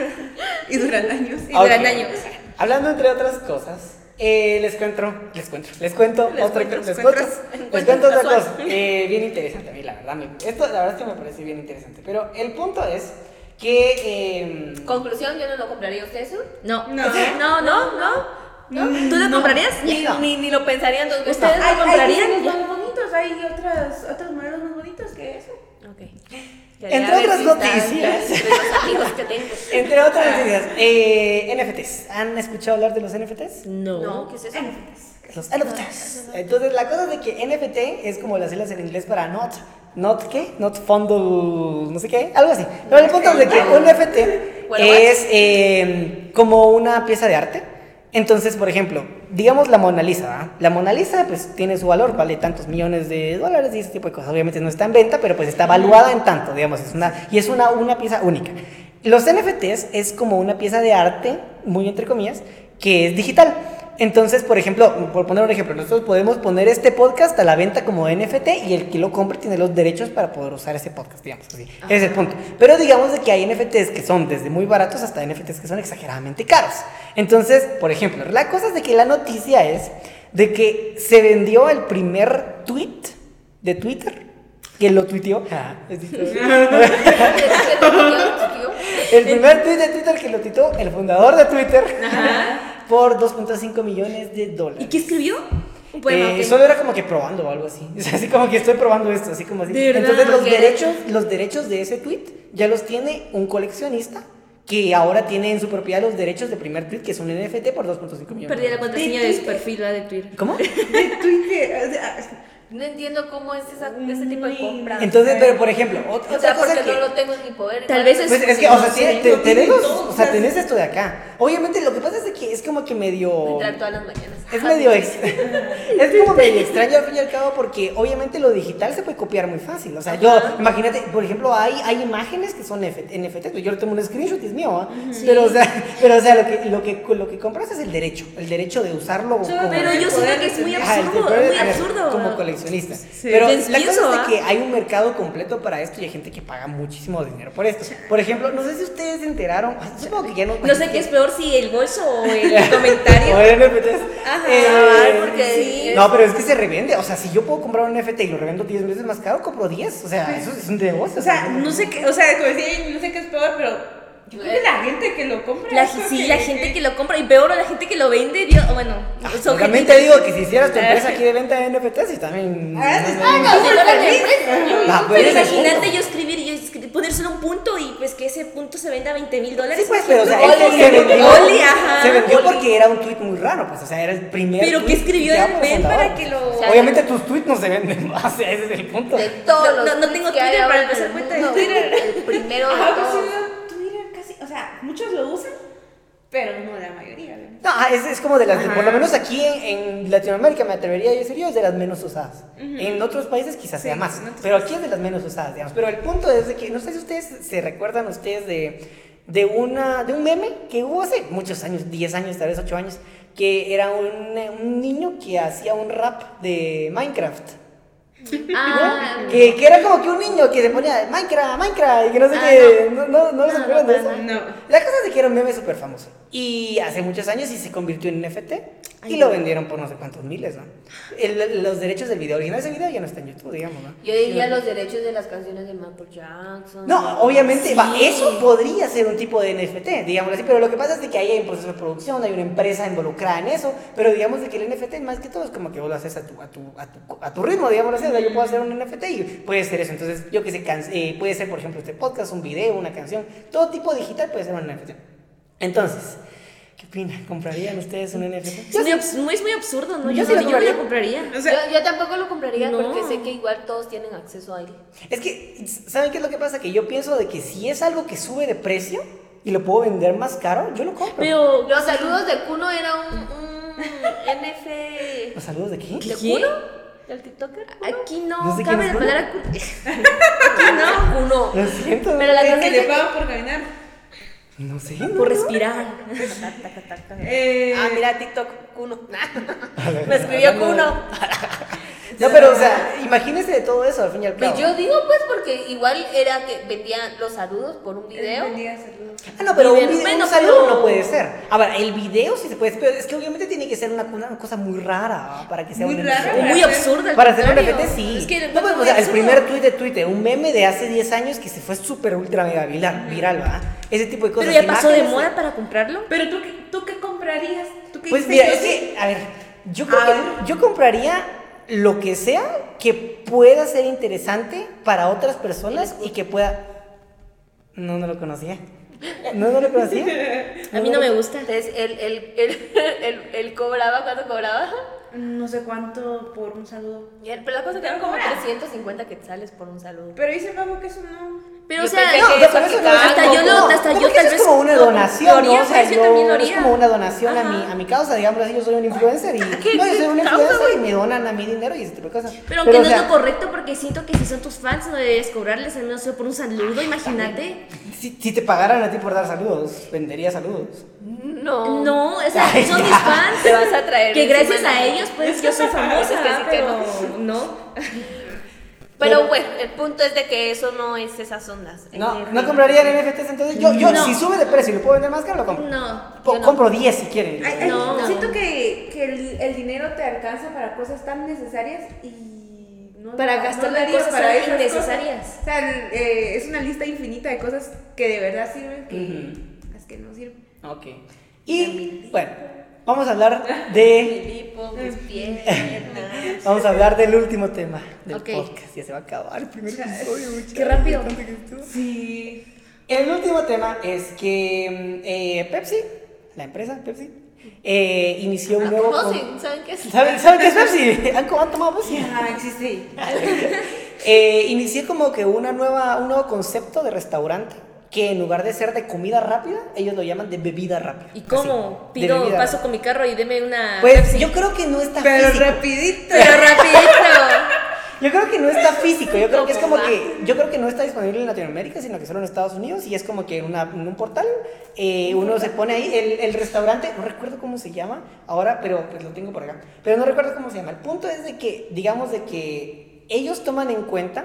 Y duran años. Y duran Ok. años. Hablando entre otras cosas, eh, les cuento, les cuento, les cuento Les otra cuento, les les cuento, cuentas. les cuento otra cosa, eh, bien interesante a mí, la verdad, me- esto la verdad es que me parece bien interesante, pero el punto es que, eh, Conclusión, yo no lo compraría. ¿Ustedes sí? No, No. no, no, no. ¿Tú lo comprarías? Ni, No. ni, ni lo pensarían dos veces. ¿Ustedes Hay, lo hay comprarían? diseños más bonitos, hay otras, otros modelos más bonitos que eso. Ok. Entre otras noticias. Los amigos que tengo. entre otras noticias, eh, N F Ts, ¿han escuchado hablar de los N F Ts? No. No, ¿qué es eso? Los N F Ts. Entonces, la cosa es de que N F T es como las siglas en inglés para not, not qué, not fundable, no sé qué, algo así. Pero el punto es de que un N F T Bueno, es eh, como una pieza de arte. Entonces, por ejemplo, digamos la Mona Lisa, ¿va? La Mona Lisa pues tiene su valor, vale tantos millones de dólares y ese tipo de cosas. Obviamente no está en venta, pero pues está valuada en tanto, digamos, es una, y es una, una pieza única. Los N F Ts es como una pieza de arte, muy entre comillas, que es digital. Entonces, por ejemplo, por poner un ejemplo, nosotros podemos poner este podcast a la venta como N F T y el que lo compre tiene los derechos para poder usar ese podcast, digamos así. Ese es el punto. Pero digamos de que hay N F Ts que son desde muy baratos hasta N F Ts que son exageradamente caros. Entonces, por ejemplo, la cosa es de que la noticia es de que se vendió el primer tweet de Twitter que lo tuiteó. Ah, es chistoso. ¿Qué te tuiteó? El primer tweet de Twitter que lo tuiteó el fundador de Twitter por dos punto cinco millones de dólares. ¿Y qué escribió? Un poema, Eh, ok. Solo era como que probando o algo así. O sea, así como que estoy probando esto, así como así. ¿De verdad? Entonces los Ok. derechos, los derechos de ese tweet ya los tiene un coleccionista que ahora tiene en su propiedad los derechos de primer tweet, que es un N F T por dos punto cinco millones. Perdí la contraseña de su Twitter. perfil, ¿verdad? De Twitter. ¿Cómo? De Twitter. O sea, No entiendo cómo es esa, ese tipo de compra. Entonces, pero por ejemplo, ot- o otra sea, cosa porque que... no lo tengo en mi poder. Tal igual, vez Pues es que, o sea, Sí, te- te- lo tienen tenemos, todos, o sea, o sea, tenés esto de acá. Obviamente lo que pasa es de que es como que medio... Entrar todas las mañanas. Es medio ex- es como medio extraño al fin y al cabo porque obviamente lo digital se puede copiar muy fácil. O sea, yo, imagínate, por ejemplo, hay, hay imágenes que son N F T. Yo le tomo un screenshot y es mío, ¿ah? Pero o sea, pero o sea, lo que, lo que lo que compras es el derecho, el derecho de usarlo Solo como Pero yo siento que es muy Ajá, el de absurdo, poder- muy a ver, absurdo. como coleccionista. Sí. Pero Les la cosa pienso, es de ¿ah? que hay un mercado completo para esto y hay gente que paga muchísimo dinero por esto. Por ejemplo, no sé si ustedes se enteraron, supongo que ya no. No sé qué es peor, si el bolso o el comentario. O N F Ts. Ajá. Eh, porque sí. No, pero es que se revende. O sea, si yo puedo comprar un N F T y lo revendo diez veces más caro, compro diez. O sea, eso es un negocio. o sea, no sé qué, o sea, como decía, no sé qué es peor, pero yo creo que la gente que lo compra. La, es porque- sí, la gente que lo compra y peor la gente que lo vende, Dios, bueno, son También gente- te digo que si hicieras tu empresa aquí de venta de N F Ts, y también. Ah, sí, no, ah, no, no, Sí, sí, para sí, mí. Ah, Pero pues, imagínate yo escribir y yo escri- poner solo un punto y pues que ese punto se venda a veinte mil dólares. Sí, pues, pero o sea, Oli, este se vendió, Oli, ajá. se vendió Oli. porque era un tweet muy raro, pues, o sea, era el primer. Pero tweet ¿qué escribió que el había Ben fundador, para que pues. lo- sea, Obviamente tus tweets no se venden más, o sea, ese es el punto. De todos No, los no, no tweets tengo que hay Twitter ahora para en empezar el cuenta de mundo, Twitter. El primero de Ajá, pues todos. sí, Twitter casi, o sea, muchos lo usan, pero no la mayoría. obviamente. No, es, es como de las, Ajá. por lo menos aquí en, en Latinoamérica me atrevería a decir yo, es de las menos usadas. En otros países quizás sea Sí, más, en otros pero aquí es de las menos usadas, digamos. Pero el punto es de que, no sé si ustedes se recuerdan ustedes de, de, una, de un meme que hubo hace muchos años, diez años, tal vez ocho años, que era un, un niño que hacía un rap de Minecraft. Ah, Que, que era como que un niño que se ponía Minecraft, Minecraft, y que no sé Ah, qué, no, no, no, se No, acuerdan no, de eso. no. No. La cosa es de que era un meme súper famoso. Y hace muchos años y se convirtió en N F T. Y Ay, lo no. vendieron por no sé cuántos miles, ¿no? El- los derechos del video original de ese video ya no está en YouTube, digamos, ¿no? Yo diría los derechos de las canciones de Michael Jackson. No, obviamente, Sí. va, eso podría ser un tipo de N F T, digamos así, pero lo que pasa es de que ahí hay un proceso de producción, hay una empresa involucrada en eso, pero digamos de que el N F T más que todo es como que vos lo haces a tu, a tu, a tu, a tu ritmo, digamos así, o sea, yo puedo hacer un N F T y puede ser eso, entonces yo que sé, can- eh, puede ser por ejemplo este podcast, un video, una canción, todo tipo digital puede ser un N F T. Entonces, ¿qué opinan? ¿Comprarían ustedes un N F T? es muy, abs- es muy absurdo, ¿no? Yo Yo, sí lo no, yo no lo compraría. compraría. O sea, yo, yo tampoco lo compraría no. porque sé que igual todos tienen acceso a él. Es que, ¿saben qué es lo que pasa? Que yo pienso de que si es algo que sube de precio y lo puedo vender más caro, yo lo compro. Pero Los saludos de Kuno era un, un N F... ¿Los saludos de quién? ¿De ¿Qué? Kuno? ¿Del TikToker? aquí no, No sé quién cabe es la Kuno. palabra cu- Aquí no, Kuno. Lo siento. Pero la es cosa que es le de que... pagan por caminar. No sé. ¿no? por respirar. Eh, Ah, mira, TikTok, Kuno. Me escribió Kuno. No, pero, o sea, imagínese de todo eso al fin y al cabo. Pues yo digo, pues, porque igual era que vendían los saludos por un video. vendía saludos. Ah, no, pero un, Video. video, Bueno, un saludo pero- no puede ser. A ver, el video sí se puede, pero es que obviamente tiene que ser una, una cosa muy rara ¿ah? para que sea Muy un rara. N F T. O muy absurda. al Para hacer un N contrario. F T, sí. Es que no, pues, muy o sea, el absurdo. primer tweet de Twitter, un meme de hace diez años que se fue súper ultra mega viral, viral, ¿va? Ese tipo de cosas. Pero ya pasó de imágenes, moda para comprarlo. Pero tú, qué- tú qué comprarías? ¿Tú qué Pues dices? mira, Yo es sí. que, a ver, yo, creo A que- ver. yo compraría lo que sea que pueda ser interesante para otras personas y que pueda... No, no lo conocía. No, no lo conocía. A mí no me gusta. Entonces, él, él, él, él, él cobraba, ¿cuánto cobraba? No sé cuánto por un saludo. Y él- pero la cosa es que eran como ¿Cobra? trescientos cincuenta quetzales por un saludo. Pero dice Pablo que eso no. Pero, Yo o sea, pensé No, que pero eso eso no aplicaba es hasta como- yo lo- no, hasta como yo que tal eso es vez como una lo- donación, lo haría, ¿no? O sea, pues, yo también lo es haría. como una donación a mi, Ajá. a mi causa, digamos así, yo soy un influencer y... ¿Qué- No, yo soy un qué causa, influencer y güey? me donan a mi dinero y ese tipo de cosas. Pero aunque o no sea, es lo correcto, porque siento que si son tus fans no debes cobrarles al menos solo por un saludo, imagínate. Si, si te pagaran a ti por dar saludos, vendería saludos. No. No, o sea, Ay, son ya. mis fans. Te vas a traer Que encima gracias de a la- ellos, pues yo soy famosa, Es que sí que pero no. no. Pero bueno, el punto es de que eso no es esas ondas. No, N F T. no comprarían N F Ts, entonces yo, yo No. si sube de precio y lo puedo vender más caro, lo compro. No. Po- yo no. Compro diez si quieren. Ay, ay, No. Siento que, que el, el dinero te alcanza para cosas tan necesarias y no, Para no gastar daría cosas para esas innecesarias. cosas. O sea, eh, es una lista infinita de cosas que de verdad sirven que Ujú. las que no sirven. Ok. Y bueno, vamos a hablar de... Filipo, mis piernas. Vamos a hablar del último tema del Ok. podcast. Ya se va a acabar el primer episodio. muchachos. Qué rápido. Tanto que estuvo. Sí. El último tema es que eh, Pepsi, la empresa Pepsi, eh, inició un nuevo... ¿Conocen? ¿Saben qué es? ¿Saben, ¿Saben qué es Pepsi? ¿Han, han tomado Pepsi? Ah, existe. Eh, inicié como que una nueva, un nuevo concepto de restaurante que en lugar de ser de comida rápida, ellos lo llaman de bebida rápida. ¿Y cómo? Así, de Pido, bebida paso rápida. con mi carro y deme una Pues Pepsi. yo creo que no está Pero físico. rapidito. Pero rapidito. Yo creo que no está físico, yo creo que es como ¿Cómo va? que, yo creo que no está disponible en Latinoamérica, sino que solo en Estados Unidos y es como que en, una, en un portal, eh, uno se pone ahí, el, el restaurante, no recuerdo cómo se llama ahora, pero pues lo tengo por acá, pero no recuerdo cómo se llama. El punto es de que, digamos de que ellos toman en cuenta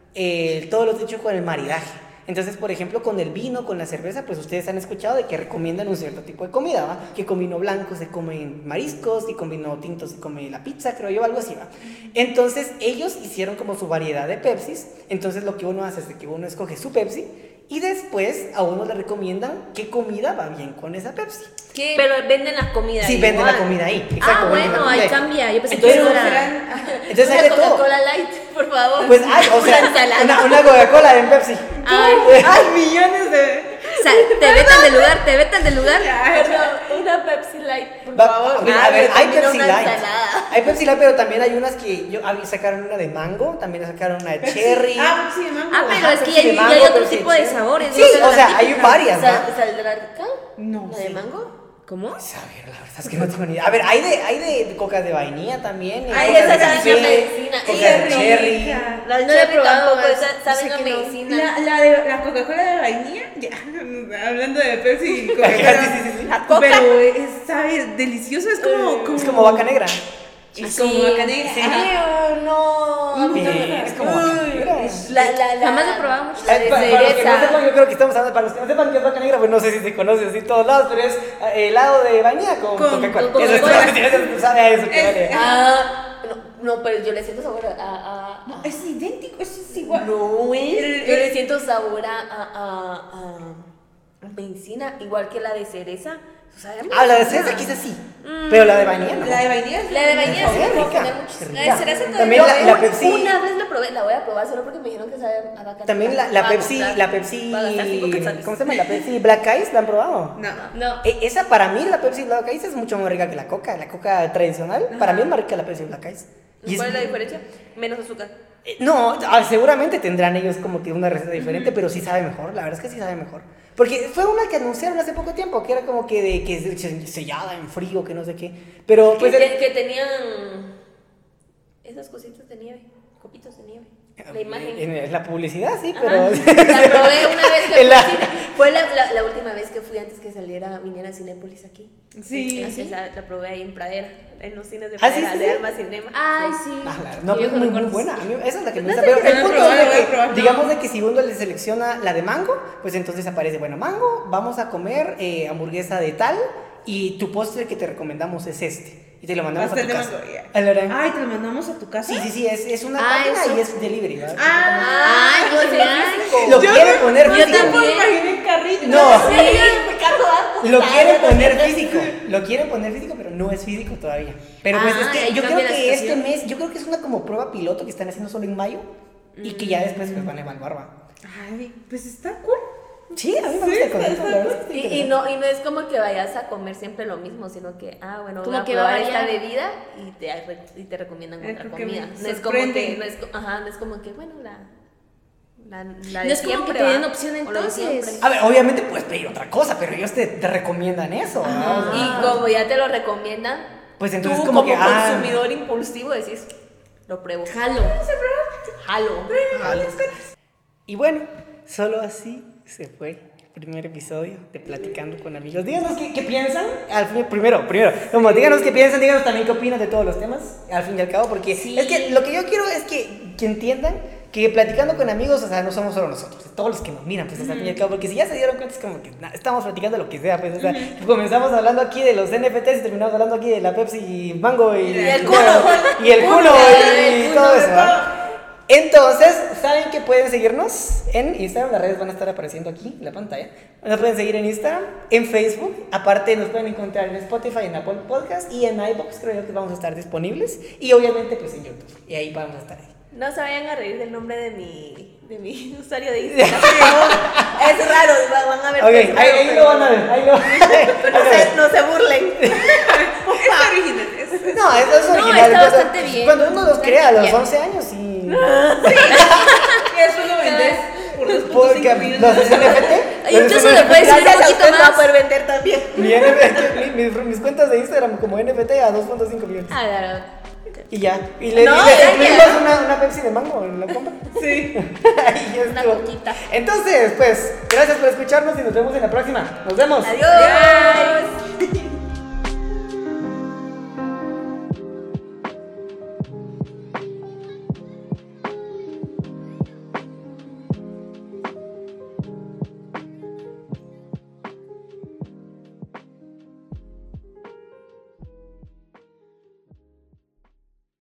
eh, todo lo hecho con el maridaje. Entonces, por ejemplo, con el vino, con la cerveza, pues ustedes han escuchado de que recomiendan un cierto tipo de comida, ¿va? Que con vino blanco se comen mariscos y con vino tinto se come la pizza, creo yo, algo así, ¿va? Entonces, ellos hicieron como su variedad de Pepsis. Entonces, lo que uno hace es de que uno escoge su Pepsi y después a uno le recomiendan qué comida va bien con esa Pepsi. ¿Qué? Pero venden las comidas. Sí, venden la comida ahí. Exacto, Ah, venden la bueno, comida ahí cambia. Yo pensé Entonces, que eso Pero era... serán... Entonces hay Una de todo. Coca-Cola Light, por favor. Pues hay, o sea, Una ensalada. una, una Coca-Cola en Pepsi. Ay, ¡Ay, millones de... o sea, te vetan del lugar, te vetan del lugar. Perdón, una Pepsi Light, por Va- favor. a ver, Ah, a ver, me hay termino Pepsi una Light. ensalada. Hay Pepsi Light, pero también hay unas que yo, a mí sacaron una de mango, también sacaron una de cherry. Ah, sí, de mango. Ah, pero Ajá, es que Pepsi ya, de ya mango, hay otro Pepsi tipo de cherry. sabores. Sí, no solo o la sea, hay típica. varias, Sal- ¿no? ¿Saldrá acá? No ¿La sé. de mango? ¿Cómo? A ver, la verdad es que no tengo ni idea. A ver, hay de, hay de cocas de vainilla también. y Ay, cocas esa de saben café, a medicina. cocas Qué de cherry. rica. La No la he cherry probado, tampoco, es- esa- saben sé a que no. medicina. La, la de la Coca-Cola de vainilla, ya, hablando de Pepsi y Sí, Coca-Cola. sí, sí. La coca. Pero es, sabe, delicioso, es como, como... Es como vaca negra. Es como vaca negra. Sí. Ajá. Ew, no. a mí no Sí, me- es como vaca negra. La, la, la, Jamás lo he probado mucho. La Eh, de para, para los que no cereza. sepan, yo creo que estamos hablando, para los que no sepan qué es vaca negra, pues no sé si se conoce así en todos lados, pero es eh, helado de vainilla con, Con- Coca-Cola. con Eso es todo, Coca-Cola. eso sabe a eso, que Es- vale. Ah, no, no, pero yo le siento sabor a. a, a- Es idéntico, es igual. no, güey. El- Yo el- le siento sabor a, a, a, a, a medicina, igual que la de cereza. ¿Sabe a Ah, la de medicina? cereza quizás sí, pero la de vainilla no. La de vainilla es La de vainilla sí Qué me puedo rica, poner qué muchísimo. rica. La de cereza También la, la Pepsi. Una vez lo probé, la voy a probar solo porque me dijeron que sabe a vaca. También la, negra. la Voy a Pepsi, comprar. la Pepsi, Voy a gastar cinco quetzales. ¿cómo se llama? La Pepsi Black Ice, ¿la han probado? No. No. E- esa para mí, la Pepsi Black Ice es mucho más rica que la Coca, la Coca tradicional, para mí es más rica la Pepsi Black Ice. Y ¿Cuál es la es- diferencia? Menos azúcar. Eh, No, ah, seguramente tendrán ellos como que una receta diferente, pero sí sabe mejor, la verdad es que sí sabe mejor. Porque fue una que anunciaron hace poco tiempo, que era como que de que se- sellada en frío, que no sé qué. Pero pues... que, el- que tenían esas cositas de nieve, copitos de nieve. La imagen. En, en la publicidad, sí, Ajá. pero... La probé una vez que En fui la- al cine. Fue la, la, la última vez que fui antes que saliera, viniera a Cinépolis aquí. Sí. Así la, la probé ahí en Pradera, en los cines de ¿Ah, sí, Pradera, sí, de sí? Alma Cinema. Ay, sí. Ah, la- no, Qué pero muy, muy recuerdos. buena. A mí esa es la que me No gusta. sé Pero si el la he punto probado, es la voy de a probar, que, no. digamos de que si uno le selecciona la de mango, pues entonces aparece, bueno, mango, vamos a comer eh, hamburguesa de tal y tu postre que te recomendamos es este. Y te lo mandamos Pastel a tu de casa. mango, ya. ¿A la hora? Ay, te lo mandamos a tu casa. Sí, sí, sí, es, es una Ah, página eso. y es delivery, ¿verdad? Ah, Ay, yo ya. Lo yo quiere me- poner yo físico. también. Me imaginé en carrito. No. Sí, Ricardo, ah, Lo puta, quieren no, poner no, no. físico, lo quieren poner físico, pero no es físico todavía. Pero pues Ah, es que ahí yo creo cambia la que este situación. mes, yo creo que es una como prueba piloto que están haciendo solo en mayo y que ya después pues van a evaluar, ¿va? Ay, pues está cool. Sí, a mí me gusta el concepto, la verdad es que está Y, y, interesante. no, y no es como que vayas a comer siempre lo mismo, sino que, ah, bueno, Como voy a que va a probar esta variar. bebida y te, y te recomiendan Eh, otra porque comida. me No es como que, sorprenden. no es, co- ajá, no es como que, bueno, la, la, la de No es como siempre, que te den ¿va? opción O lo de entonces. siempre. A ver, obviamente puedes pedir otra cosa, pero ellos te, te recomiendan eso, ¿no? O sea, Y como ya te lo recomiendan, pues entonces tú como como que, ah, consumidor impulsivo decís, lo pruebo. Jalo. Jalo. jalo. Y bueno, solo así se fue el primer episodio de Platicando con Amigos. Díganos qué, qué piensan, al fin, primero, primero, como díganos qué piensan, díganos también qué opinan de todos los temas, al fin y al cabo, porque Sí. es que lo que yo quiero es que, que entiendan que Platicando con Amigos, o sea, no somos solo nosotros, todos los que nos miran, pues, al fin y al cabo, porque si ya se dieron cuenta, es como que na, estamos platicando lo que sea, pues, o sea, comenzamos hablando aquí de los N F Ts y terminamos hablando aquí de la Pepsi Mango y, Y el culo. y el culo y, El y culo todo de eso, ¿va? Entonces, saben que pueden seguirnos en Instagram, las redes van a estar apareciendo aquí en la pantalla. Nos pueden seguir en Instagram, en Facebook, aparte nos pueden encontrar en Spotify, en Apple Podcast y en iVoox, creo yo que vamos a estar disponibles. Y obviamente pues en YouTube, y ahí vamos a estar ahí. No se vayan a reír del nombre de mi, de mi usuario de Instagram. Es raro, van a ver. Ok, que es raro, ahí, ahí pero- lo van a ver, ahí lo van a ver. No se, no se burlen. Es original. Es, es- No, eso es No, original. está cuando- bastante bien. Cuando uno los crea a los Ya. once años y... Eso lo vendes por dos punto Porque cinco millones. los N F T... Ay, los incluso N le F T, puedes decir un Gracias a poquito usted va a más. poder vender también. mi N F T, mi- mis, mis cuentas de Instagram como N F T a dos punto cinco millones. Ah, claro. Y ya. Y le, No, y le ya, incluimos ya. una, una Pepsi de mango en la compra. Sí. Y ya Una estuvo. coquita. Entonces, pues, gracias por escucharnos y nos vemos en la próxima. Nos vemos. Adiós. Adiós.